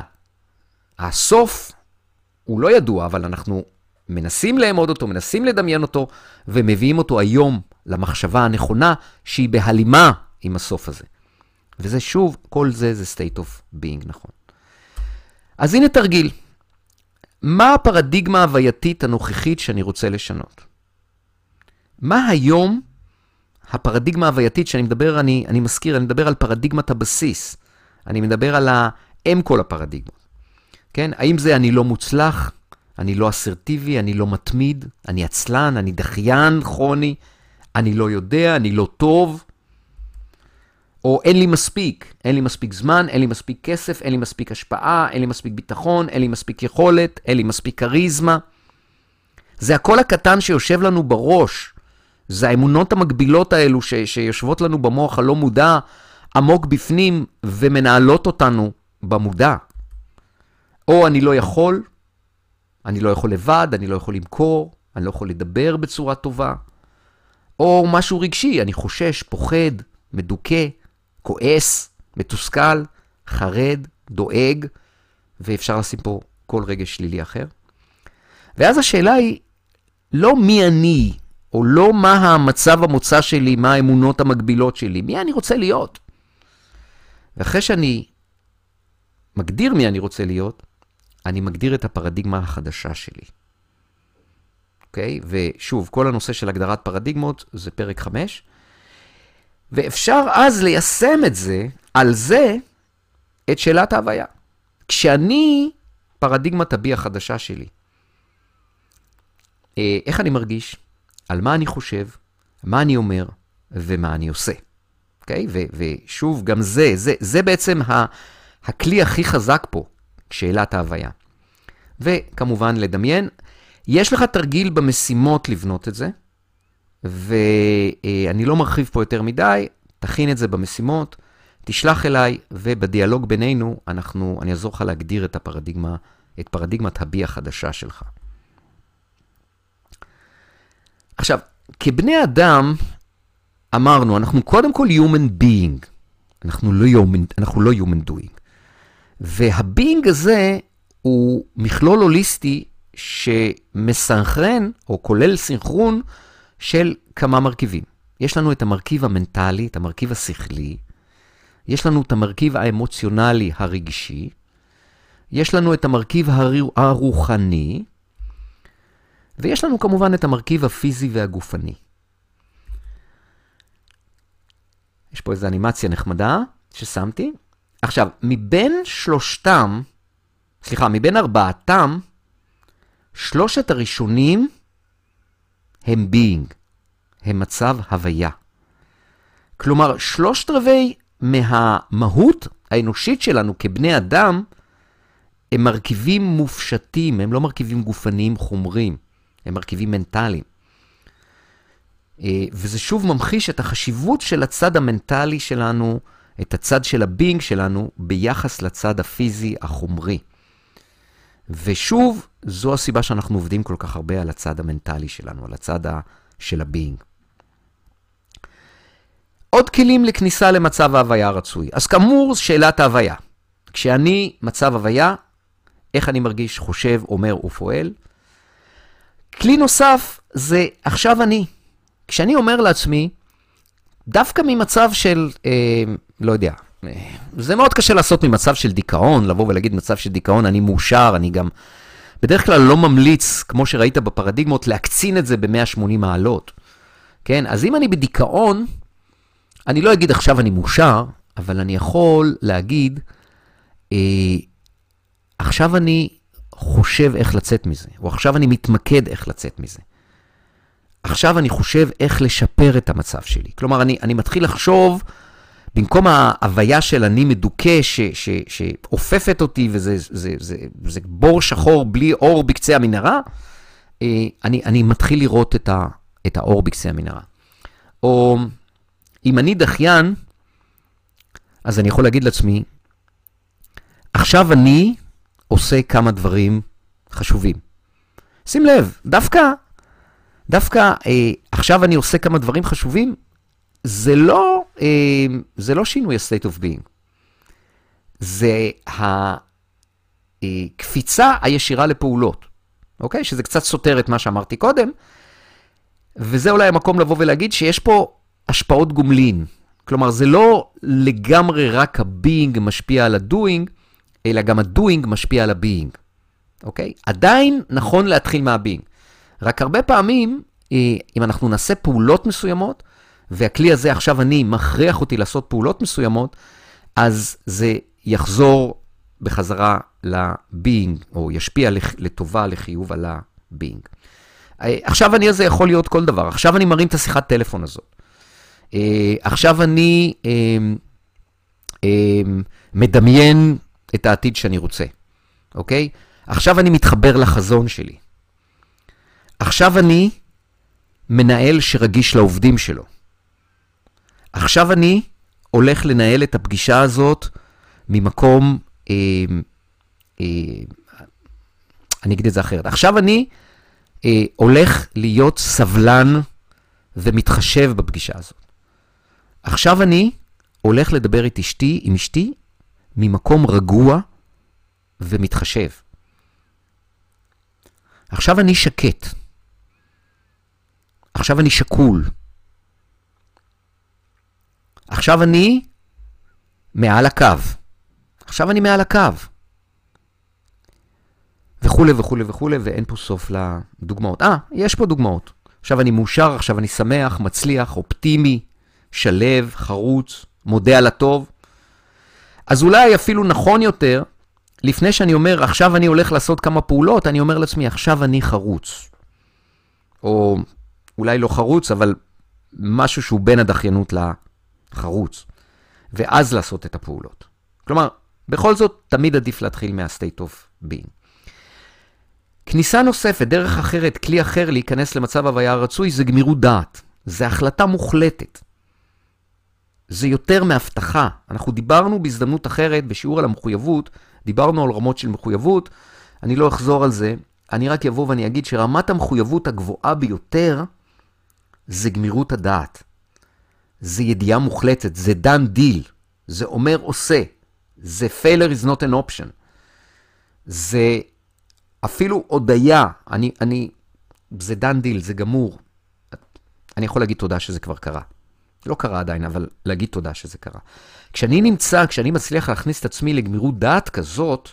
הסוף הוא לא ידוע, אבל אנחנו מנסים לאמוד אותו, מנסים לדמיין אותו, ומביאים אותו היום למחשבה הנכונה, שהיא בהלימה עם הסוף הזה. וזה שוב, כל זה זה state of being, נכון. אז הנה תרגיל. מה הפרדיגמה ההווייתית הנוכחית שאני רוצה לשנות? מה היום הפרדיגמה ההווייתית שאני מדבר, אני, אני מזכיר, אני מדבר על פרדיגמת הבסיס. אני מדבר על האם כל הפרדיגמות. כן? האם זה אני לא מוצלח, אני לא אסרטיבי, אני לא מתמיד, אני עצלן, אני דחיין, כרוני, אני לא יודע, אני לא טוב, או אין לי מספיק, אין לי מספיק זמן, אין לי מספיק כסף, אין לי מספיק השפעה, אין לי מספיק ביטחון, אין לי מספיק יכולת, אין לי מספיק קריזמה. זה הכל הקטן שיושב לנו בראש. זה האמונות המקבילות האלו ש- שיושבות לנו במוח הלא מודע, עמוק בפנים ומנהלות אותנו במודע. או אני לא יכול, אני לא יכול לבד, אני לא יכול למכור, אני לא יכול לדבר בצורה טובה. או משהו רגשי, אני חושש, פוחד, מדוכא, כועס, מתוסכל, חרד, דואג, ואפשר לשים פה כל רגש שלילי אחר. ואז השאלה היא, לא מי אני, או לא מה המצב המוצא שלי, מה האמונות המקבילות שלי, מי אני רוצה להיות. ואחרי שאני מגדיר מי אני רוצה להיות, אני מגדיר את הפרדיגמה החדשה שלי. אוקיי? ושוב, כל הנושא של הגדרת פרדיגמות זה פרק חמש, ואפשר אז ליישם את זה, על זה, את שאלת ההוויה. כשאני פרדיגמת הבי החדשה שלי, איך אני מרגיש, על מה אני חושב, מה אני אומר, ומה אני עושה. אוקיי? ו- ושוב, גם זה, זה, זה בעצם ה- הכלי הכי חזק פה, שאלת ההוויה. וכמובן לדמיין, יש לך תרגיל במשימות לבנות את זה, ואני לא מרחיב פה יותר מדי, תכין את זה במשימות, תשלח אליי, ובדיאלוג בינינו, אנחנו, אני אעזור לך להגדיר את הפרדיגמה, את פרדיגמת הבי החדשה שלך. עכשיו, כבני אדם, אמרנו, אנחנו קודם כל human being, אנחנו לא human, אנחנו לא human doing. והbeing הזה הוא מכלול הוליסטי שמסנכרן או כולל סינכרון של כמה מרכיבים. יש לנו את המרכיב המנטלי, את המרכיב השכלי, יש לנו את המרכיב האמוציונלי הרגשי, יש לנו את המרכיב הרוחני, ויש לנו כמובן את המרכיב הפיזי והגופני. יש פה איזו אנימציה נחמדה ששמתי. עכשיו, מבין שלושתם, סליחה, מבין ארבעתם, שלושת הראשונים הם being, הם מצב הוויה. כלומר, שלושת רבעי מהמהות האנושית שלנו כבני אדם, הם מרכיבים מופשטים, הם לא מרכיבים גופניים חומרים, הם מרכיבים מנטליים. וזה שוב ממחיש את החשיבות של הצד המנטלי שלנו, את הצד של הבינג שלנו, ביחס לצד הפיזי החומרי. ושוב, זו הסיבה שאנחנו עובדים כל כך הרבה על הצד המנטלי שלנו, על הצד של הבינג. עוד כלים לכניסה למצב ההוויה הרצוי. אז כאמור, שאלת ההוויה. כשאני מצב הוויה, איך אני מרגיש, חושב, אומר ופועל? כלי נוסף זה עכשיו אני. כשאני אומר לעצמי, דווקא ממצב של, אה, לא יודע, אה, זה מאוד קשה לעשות ממצב של דיכאון, לבוא ולהגיד מצב של דיכאון, אני מאושר, אני גם בדרך כלל לא ממליץ, כמו שראית בפרדיגמות, להקצין את זה ב-מאה ושמונים מעלות. כן? אז אם אני בדיכאון, אני לא אגיד עכשיו אני מאושר, אבל אני יכול להגיד, אה, עכשיו אני חושב איך לצאת מזה, או עכשיו אני מתמקד איך לצאת מזה. עכשיו אני חושב איך לשפר את המצב שלי. כלומר, אני, אני מתחיל לחשוב, במקום ההוויה של אני מדוכא, ש, ש, שאופפת אותי, וזה זה, זה, זה בור שחור בלי אור בקצה המנהרה, אני, אני מתחיל לראות את, ה, את האור בקצה המנהרה. או אם אני דחיין, אז אני יכול להגיד לעצמי, עכשיו אני עושה כמה דברים חשובים. שים לב, דווקא, דווקא אה, עכשיו אני עושה כמה דברים חשובים, זה לא, אה, זה לא שינוי ה-state of being. זה הקפיצה הישירה לפעולות. אוקיי? שזה קצת סותר את מה שאמרתי קודם, וזה אולי המקום לבוא ולהגיד שיש פה השפעות גומלין. כלומר, זה לא לגמרי רק ה-being משפיע על ה-doing, אלא גם ה-doing משפיע על ה-being. אוקיי? עדיין נכון להתחיל מה-being. רק הרבה פעמים, אם אנחנו נעשה פעולות מסוימות, והכלי הזה עכשיו אני מכריח אותי לעשות פעולות מסוימות, אז זה יחזור בחזרה ל-being, או ישפיע לטובה, לחיוב על ה-being. עכשיו אני הזה יכול להיות כל דבר. עכשיו אני מרים את השיחת טלפון הזאת. עכשיו אני מדמיין את העתיד שאני רוצה. אוקיי? עכשיו אני מתחבר לחזון שלי. עכשיו אני מנהל שרגיש לעובדים שלו. עכשיו אני הולך לנהל את הפגישה הזאת ממקום, אה, אה, אני אגיד את זה אחרת. עכשיו אני אה, הולך להיות סבלן ומתחשב בפגישה הזאת. עכשיו אני הולך לדבר את אשתי, עם אשתי, ממקום רגוע ומתחשב. עכשיו אני שקט. עכשיו אני שקול. עכשיו אני מעל הקו. עכשיו אני מעל הקו. וכו' וכו' וכו', ואין פה סוף לדוגמאות. אה, יש פה דוגמאות. עכשיו אני מאושר, עכשיו אני שמח, מצליח, אופטימי, שלב, חרוץ, מודה על הטוב. אז אולי אפילו נכון יותר, לפני שאני אומר, עכשיו אני הולך לעשות כמה פעולות, אני אומר לעצמי, עכשיו אני חרוץ. או אולי לא חרוץ, אבל משהו שהוא בין הדחיינות לחרוץ. ואז לעשות את הפעולות. כלומר, בכל זאת, תמיד עדיף להתחיל מה-state of being. כניסה נוספת, דרך אחרת, כלי אחר להיכנס למצב הוויה הרצוי, זה גמירות דעת. זה החלטה מוחלטת. זה יותר מהבטחה. אנחנו דיברנו בהזדמנות אחרת, בשיעור על המחויבות, דיברנו על רמות של מחויבות, אני לא אחזור על זה, אני רק אבוא ואני אגיד שרמת המחויבות הגבוהה ביותר, זה גמירות הדעת. זה ידיעה מוחלטת, זה done deal, זה אומר עושה, זה failure is not an option. זה אפילו הודיה, אני, אני, זה done deal, זה גמור. אני יכול להגיד תודה שזה כבר קרה. לא קרה עדיין, אבל להגיד תודה שזה קרה. כשאני נמצא, כשאני מצליח להכניס את עצמי לגמירות דעת כזאת,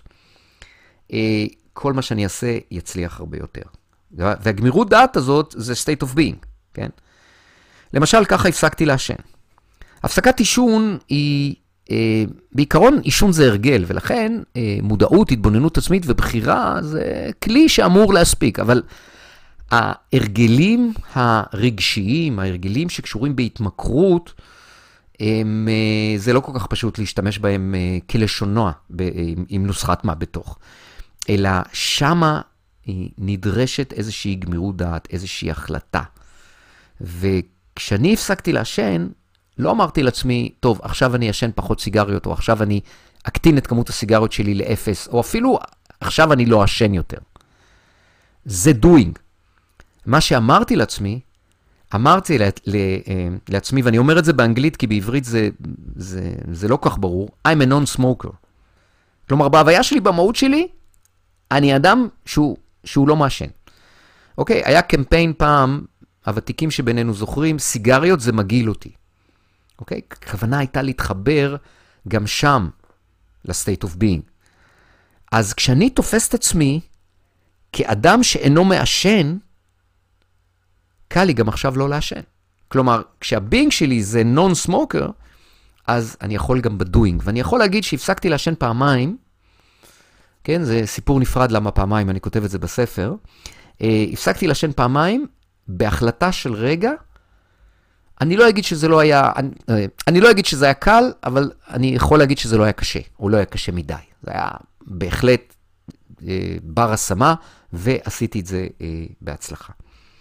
כל מה שאני אעשה יצליח הרבה יותר. והגמירות דעת הזאת זה state of being, כן? למשל, ככה הפסקתי לעשן. הפסקת עישון היא, אה, בעיקרון עישון זה הרגל, ולכן אה, מודעות, התבוננות עצמית ובחירה זה כלי שאמור להספיק, אבל ההרגלים הרגשיים, ההרגלים שקשורים בהתמכרות, הם, אה, זה לא כל כך פשוט להשתמש בהם אה, כלשונוע, ב, עם, עם נוסחת מה בתוך. אלא שמה נדרשת איזושהי גמירות דעת, איזושהי החלטה. וכשאני הפסקתי לעשן, לא אמרתי לעצמי, טוב, עכשיו אני אשן פחות סיגריות, או עכשיו אני אקטין את כמות הסיגריות שלי לאפס, או אפילו עכשיו אני לא אשן יותר. זה doing. מה שאמרתי לעצמי, אמרתי לעצמי, ואני אומר את זה באנגלית, כי בעברית זה, זה, זה לא כך ברור, I'm a non-smoker. כלומר, בהוויה שלי, במהות שלי, אני אדם שהוא, שהוא לא מעשן. אוקיי? היה קמפיין פעם, הוותיקים שבינינו זוכרים, סיגריות זה מגעיל אותי. אוקיי? הכוונה הייתה להתחבר גם שם, ל-state of being. אז כשאני תופס את עצמי, כאדם שאינו מעשן, קל לי גם עכשיו לא לעשן. כלומר, כשהבינג שלי זה non-smoker, אז אני יכול גם בדוינג. ואני יכול להגיד שהפסקתי לעשן פעמיים, כן, זה סיפור נפרד למה פעמיים, אני כותב את זה בספר. אה, הפסקתי לעשן פעמיים, בהחלטה של רגע, אני לא אגיד שזה לא היה, אני, אני לא אגיד שזה היה קל, אבל אני יכול להגיד שזה לא היה קשה, או לא היה קשה מדי. זה היה בהחלט אה, בר השמה, ועשיתי את זה אה, בהצלחה.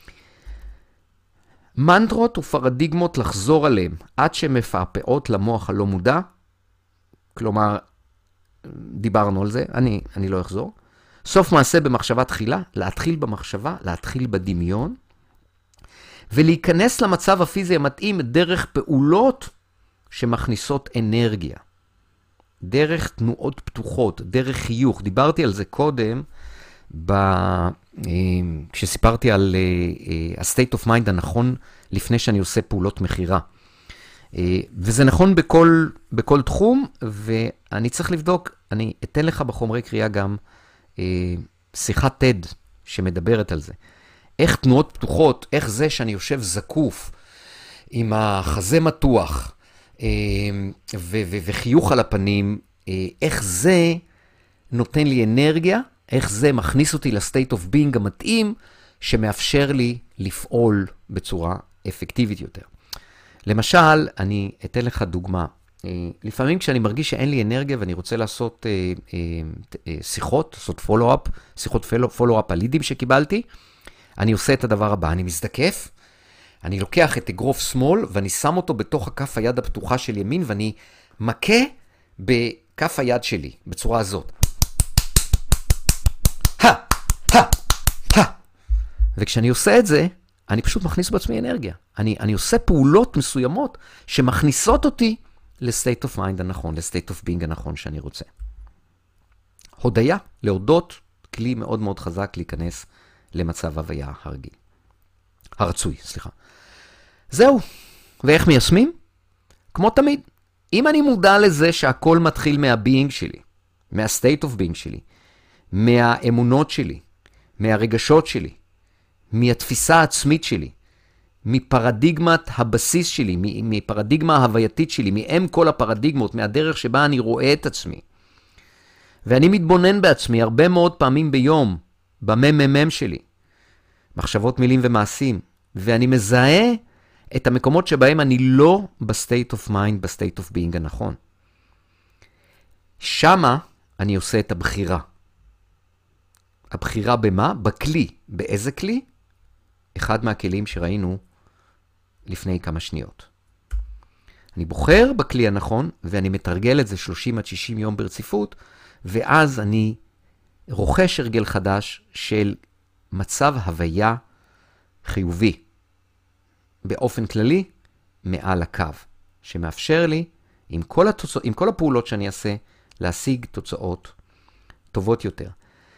מנטרות ופרדיגמות לחזור עליהם, עד שמפעפעות למוח הלא מודע, כלומר, דיברנו על זה, אני, אני לא אחזור. סוף מעשה במחשבה תחילה, להתחיל במחשבה, להתחיל בדמיון, ולהיכנס למצב הפיזי המתאים דרך פעולות שמכניסות אנרגיה. דרך תנועות פתוחות, דרך חיוך. דיברתי על זה קודם, ב... כשסיפרתי על ה-state of mind הנכון לפני שאני עושה פעולות מחירה. וזה נכון בכל, בכל תחום, ואני צריך לבדוק, אני אתן לך בחומרי קריאה גם שיחת TED שמדברת על זה. איך תנועות פתוחות, איך זה שאני יושב זקוף עם החזה מתוח ו- ו- וחיוך על הפנים, איך זה נותן לי אנרגיה, איך זה מכניס אותי לסטייט אוף בינג המתאים, שמאפשר לי לפעול בצורה אפקטיבית יותר. למשל, אני אתן לך דוגמה. לפעמים כשאני מרגיש שאין לי אנרגיה ואני רוצה לעשות שיחות, לעשות פולו-אפ, שיחות פולו-אפ על לידים שקיבלתי, אני עושה את הדבר הבא, אני מזדקף, אני לוקח את אגרוף שמאל ואני שם אותו בתוך הכף היד הפתוחה של ימין, ואני מכה בכף היד שלי בצורה הזאת. הא, הא, הא. וכשאני עושה את זה, אני פשוט מכניס בעצמי אנרגיה. אני, אני עושה פעולות מסוימות שמכניסות אותי לסטייט אוף מיינד הנכון, לסטייט אוף בינג הנכון שאני רוצה. הודיה, להודות, כלי מאוד מאוד חזק להיכנס למצב הוויה הרגיל. הרצוי, סליחה. זהו. ואיך מיישמים? כמו תמיד. אם אני מודע לזה שהכל מתחיל מהביינג שלי, מהסטייט אוף ביינג שלי, מהאמונות שלי, מהרגשות שלי, מהתפיסה העצמית שלי, מפרדיגמת הבסיס שלי, מפרדיגמה ההווייתית שלי, מאם כל הפרדיגמות, מהדרך שבה אני רואה את עצמי. ואני מתבונן בעצמי הרבה מאוד פעמים ביום, במממם שלי, מחשבות, מילים ומעשים, ואני מזהה את המקומות שבהם אני לא בסטייט אוף מיינד, בסטייט אוף ביינג הנכון. שמה אני עושה את הבחירה. הבחירה במה? בכלי. באיזה כלי? אחד מהכלים שראינו לפני כמה שניות. אני בוחר בכלי הנכון, ואני מתרגל את זה שלושים עד שישים יום ברציפות, ואז אני רוכש הרגל חדש של מצב הוויה חיובי. באופן כללי, מעל הקו, שמאפשר לי, עם כל, התוצא... עם כל הפעולות שאני אעשה, להשיג תוצאות טובות יותר.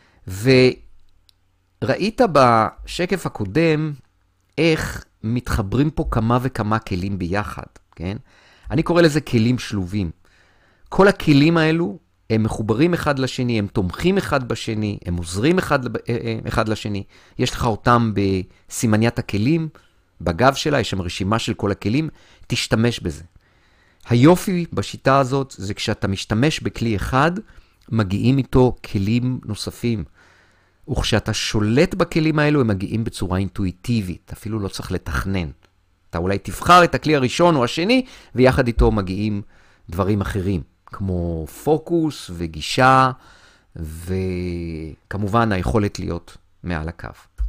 וראית בשקף הקודם איך מתחברים פה כמה וכמה כלים ביחד. כן? אני קורא לזה כלים שלובים. כל הכלים האלו הם מחוברים אחד לשני, הם תומכים אחד בשני, הם עוזרים אחד, אחד לשני. יש לך אותם בסימניית הכלים, בגב שלה, יש שם רשימה של כל הכלים, תשתמש בזה. היופי בשיטה הזאת זה כשאתה משתמש בכלי אחד, מגיעים איתו כלים נוספים. וכשאתה שולט בכלים האלו, הם מגיעים בצורה אינטואיטיבית, אפילו לא צריך לתכנן. אתה אולי תבחר את הכלי הראשון או השני, ויחד איתו מגיעים דברים אחרים, כמו פוקוס וגישה, וכמובן היכולת להיות מעל הקו.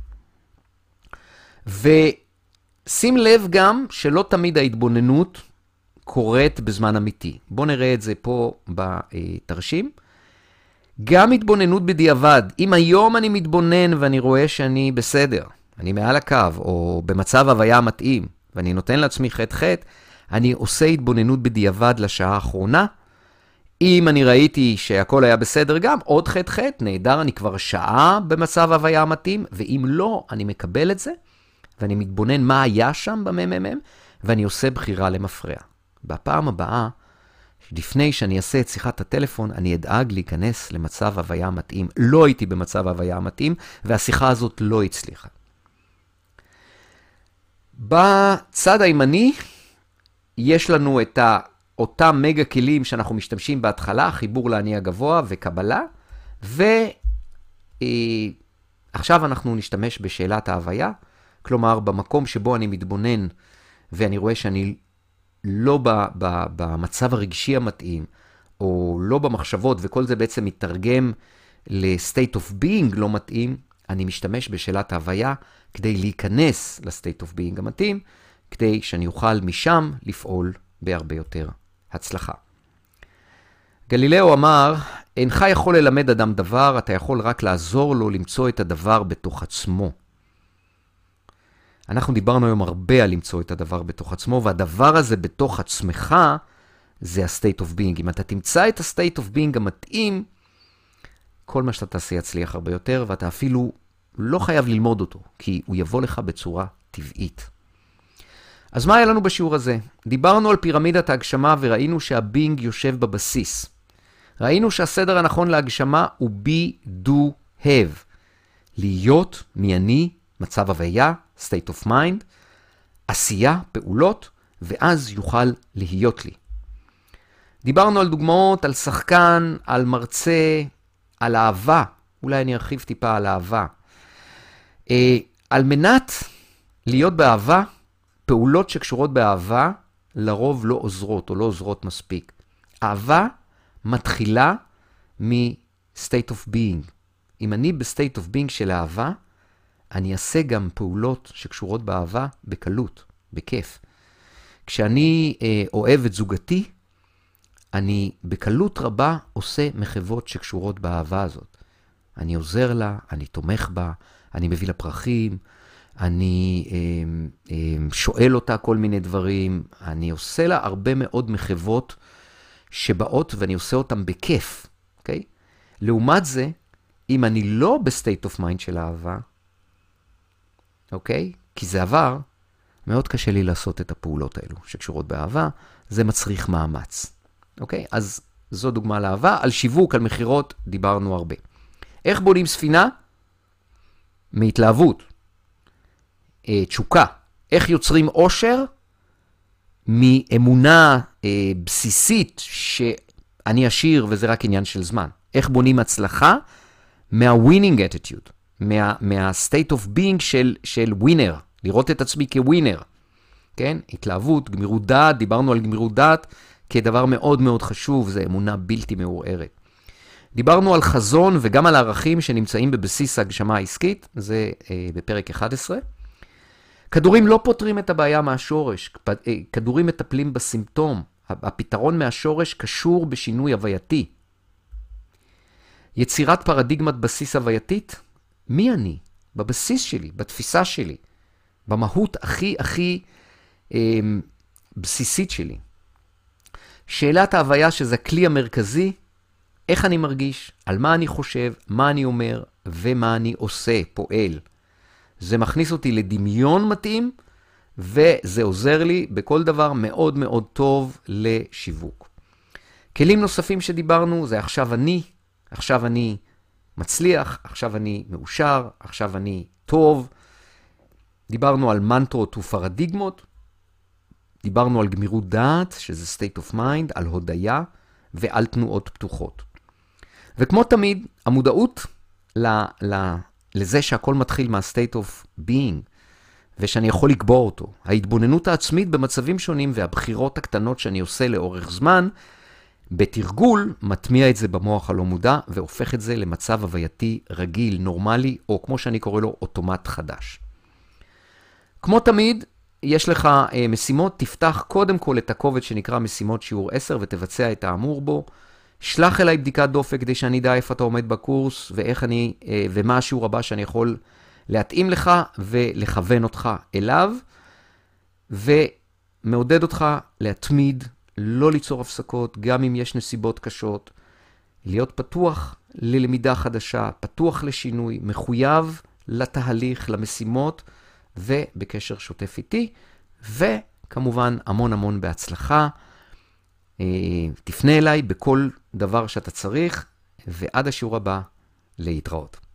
ושים לב גם שלא תמיד ההתבוננות קורית בזמן אמיתי. בואו נראה את זה פה בתרשים. גם התבוננות בדיעבד. אם היום אני מתבונן ואני רואה שאני בסדר, אני מעל הקו, או במצב הוויה מתאים, ואני נותן לעצמי חטא חטא, אני עושה התבוננות בדיעבד לשעה האחרונה. אם אני ראיתי שהכל היה בסדר גם, עוד חטא חטא, נהדר, אני כבר שעה במצב הוויה מתאים, ואם לא, אני מקבל את זה, ואני מתבונן מה היה שם בממ"מ, ואני עושה בחירה למפרע. בפעם הבאה, לפני שאני אעשה את שיחת הטלפון, אני אדאג להיכנס למצב הוויה מתאים. לא הייתי במצב הוויה מתאים, והשיחה הזאת לא הצליחה. בצד הימני, יש לנו את אותם מגה כלים שאנחנו משתמשים בהתחלה, חיבור לעני הגבוה וקבלה, ועכשיו אנחנו נשתמש בשאלת ההוויה, כלומר, במקום שבו אני מתבונן, ואני רואה שאני לא ב- ב- במצב הרגשי המתאים, או לא במחשבות, וכל זה בעצם מתרגם ל-state of being לא מתאים, אני משתמש בשאלת ההוויה, כדי להיכנס ל-state of being המתאים, כדי שאני אוכל משם לפעול בהרבה יותר הצלחה. גלילאו אמר, אינך יכול ללמד אדם דבר, אתה יכול רק לעזור לו למצוא את הדבר בתוך עצמו. אנחנו דיברנו היום הרבה על למצוא את הדבר בתוך עצמו, והדבר הזה בתוך עצמך זה ה-state of being. אם אתה תמצא את ה-state of being המתאים, כל מה שאתה תעשה יצליח הרבה יותר, ואתה אפילו לא חייב ללמוד אותו, כי הוא יבוא לך בצורה טבעית. אז מה היה לנו בשיעור הזה? דיברנו על פירמידת ההגשמה וראינו שהבינג יושב בבסיס. ראינו שהסדר הנכון להגשמה הוא be, do, have. להיות, מי אני, מצב הוויה, state of mind, עשייה, פעולות, ואז יוכל להיות לי. דיברנו על דוגמאות, על שחקן, על מרצה, על אהבה. אולי אני ארחיב טיפה על אהבה. אה, על מנת להיות באהבה, פעולות שקשורות באהבה, לרוב לא עוזרות או לא עוזרות מספיק. אהבה מתחילה מ-state of being. אם אני ב-state of being של אהבה, אני אעשה גם פעולות שקשורות באהבה בקלות, בכיף. כשאני אה, אוהב את זוגתי, אני בקלות רבה עושה מחוות שקשורות באהבה הזאת. אני עוזר לה, אני תומך בה, אני מביא לה פרחים, אני אה, אה, שואל אותה כל מיני דברים, אני עושה לה הרבה מאוד מחוות שבאות ואני עושה אותן בכיף, אוקיי? לעומת זה, אם אני לא בסטייט אוף מיינד של אהבה, אוקיי? כי זה עבר, מאוד קשה לי לעשות את הפעולות האלו שקשורות באהבה, זה מצריך מאמץ. אוקיי? אז זו דוגמה לאהבה. על שיווק, על מחירות, דיברנו הרבה. איך בונים ספינה? מהתלהבות. אה, תשוקה. איך יוצרים עושר? מאמונה אה, בסיסית שאני עשיר וזה רק עניין של זמן. איך בונים הצלחה? מה-winning attitude. מה, מה-state of being של, של winner. לראות את עצמי כווינר. כן? התלהבות, גמירות דעת, דיברנו על גמירות דעת כדבר מאוד מאוד חשוב, זה אמונה בלתי מעורערת. דיברנו על חזון וגם על הערכים שנמצאים בבסיס ההגשמה העסקית, זה אה, בפרק אחד עשר. כדורים לא פותרים את הבעיה מהשורש, כדורים מטפלים בסימפטום. הפתרון מהשורש קשור בשינוי הווייתי. יצירת פרדיגמת בסיס הווייתית, מי אני? בבסיס שלי, בתפיסה שלי, במהות הכי הכי אה, בסיסית שלי. שאלת ההוויה שזה הכלי המרכזי, איך אני מרגיש, על מה אני חושב, מה אני אומר ומה אני עושה, פועל. זה מכניס אותי לדמיון מתאים, וזה עוזר לי בכל דבר מאוד מאוד טוב לשיווק. כלים נוספים שדיברנו זה עכשיו אני, עכשיו אני מצליח, עכשיו אני מאושר, עכשיו אני טוב. דיברנו על מנטרות ופרדיגמות, דיברנו על גמירות דעת, שזה state of mind, על הודיה ועל תנועות פתוחות. וכמו תמיד, המודעות ל, ל, לזה שהכל מתחיל מה-state of being, ושאני יכול לקבוע אותו, ההתבוננות העצמית במצבים שונים והבחירות הקטנות שאני עושה לאורך זמן, בתרגול מטמיע את זה במוח הלא מודע, והופך את זה למצב הווייתי רגיל, נורמלי, או כמו שאני קורא לו, אוטומט חדש. כמו תמיד, יש לך אה, משימות, תפתח קודם כל את הקובץ שנקרא משימות שיעור עשר, ותבצע את האמור בו. שלח אליי בדיקת דופק כדי שאני אדע איפה אתה עומד בקורס, ואיך אני, אה, ומה השיעור הבא שאני יכול להתאים לך, ולכוון אותך אליו, ומעודד אותך להתמיד, לא ליצור הפסקות, גם אם יש נסיבות קשות, להיות פתוח ללמידה חדשה, פתוח לשינוי, מחויב לתהליך, למשימות, ובקשר שוטף איתי, וכמובן המון המון בהצלחה. תפנה אליי בכל דבר שאתה צריך, ועד השיעור הבא להתראות.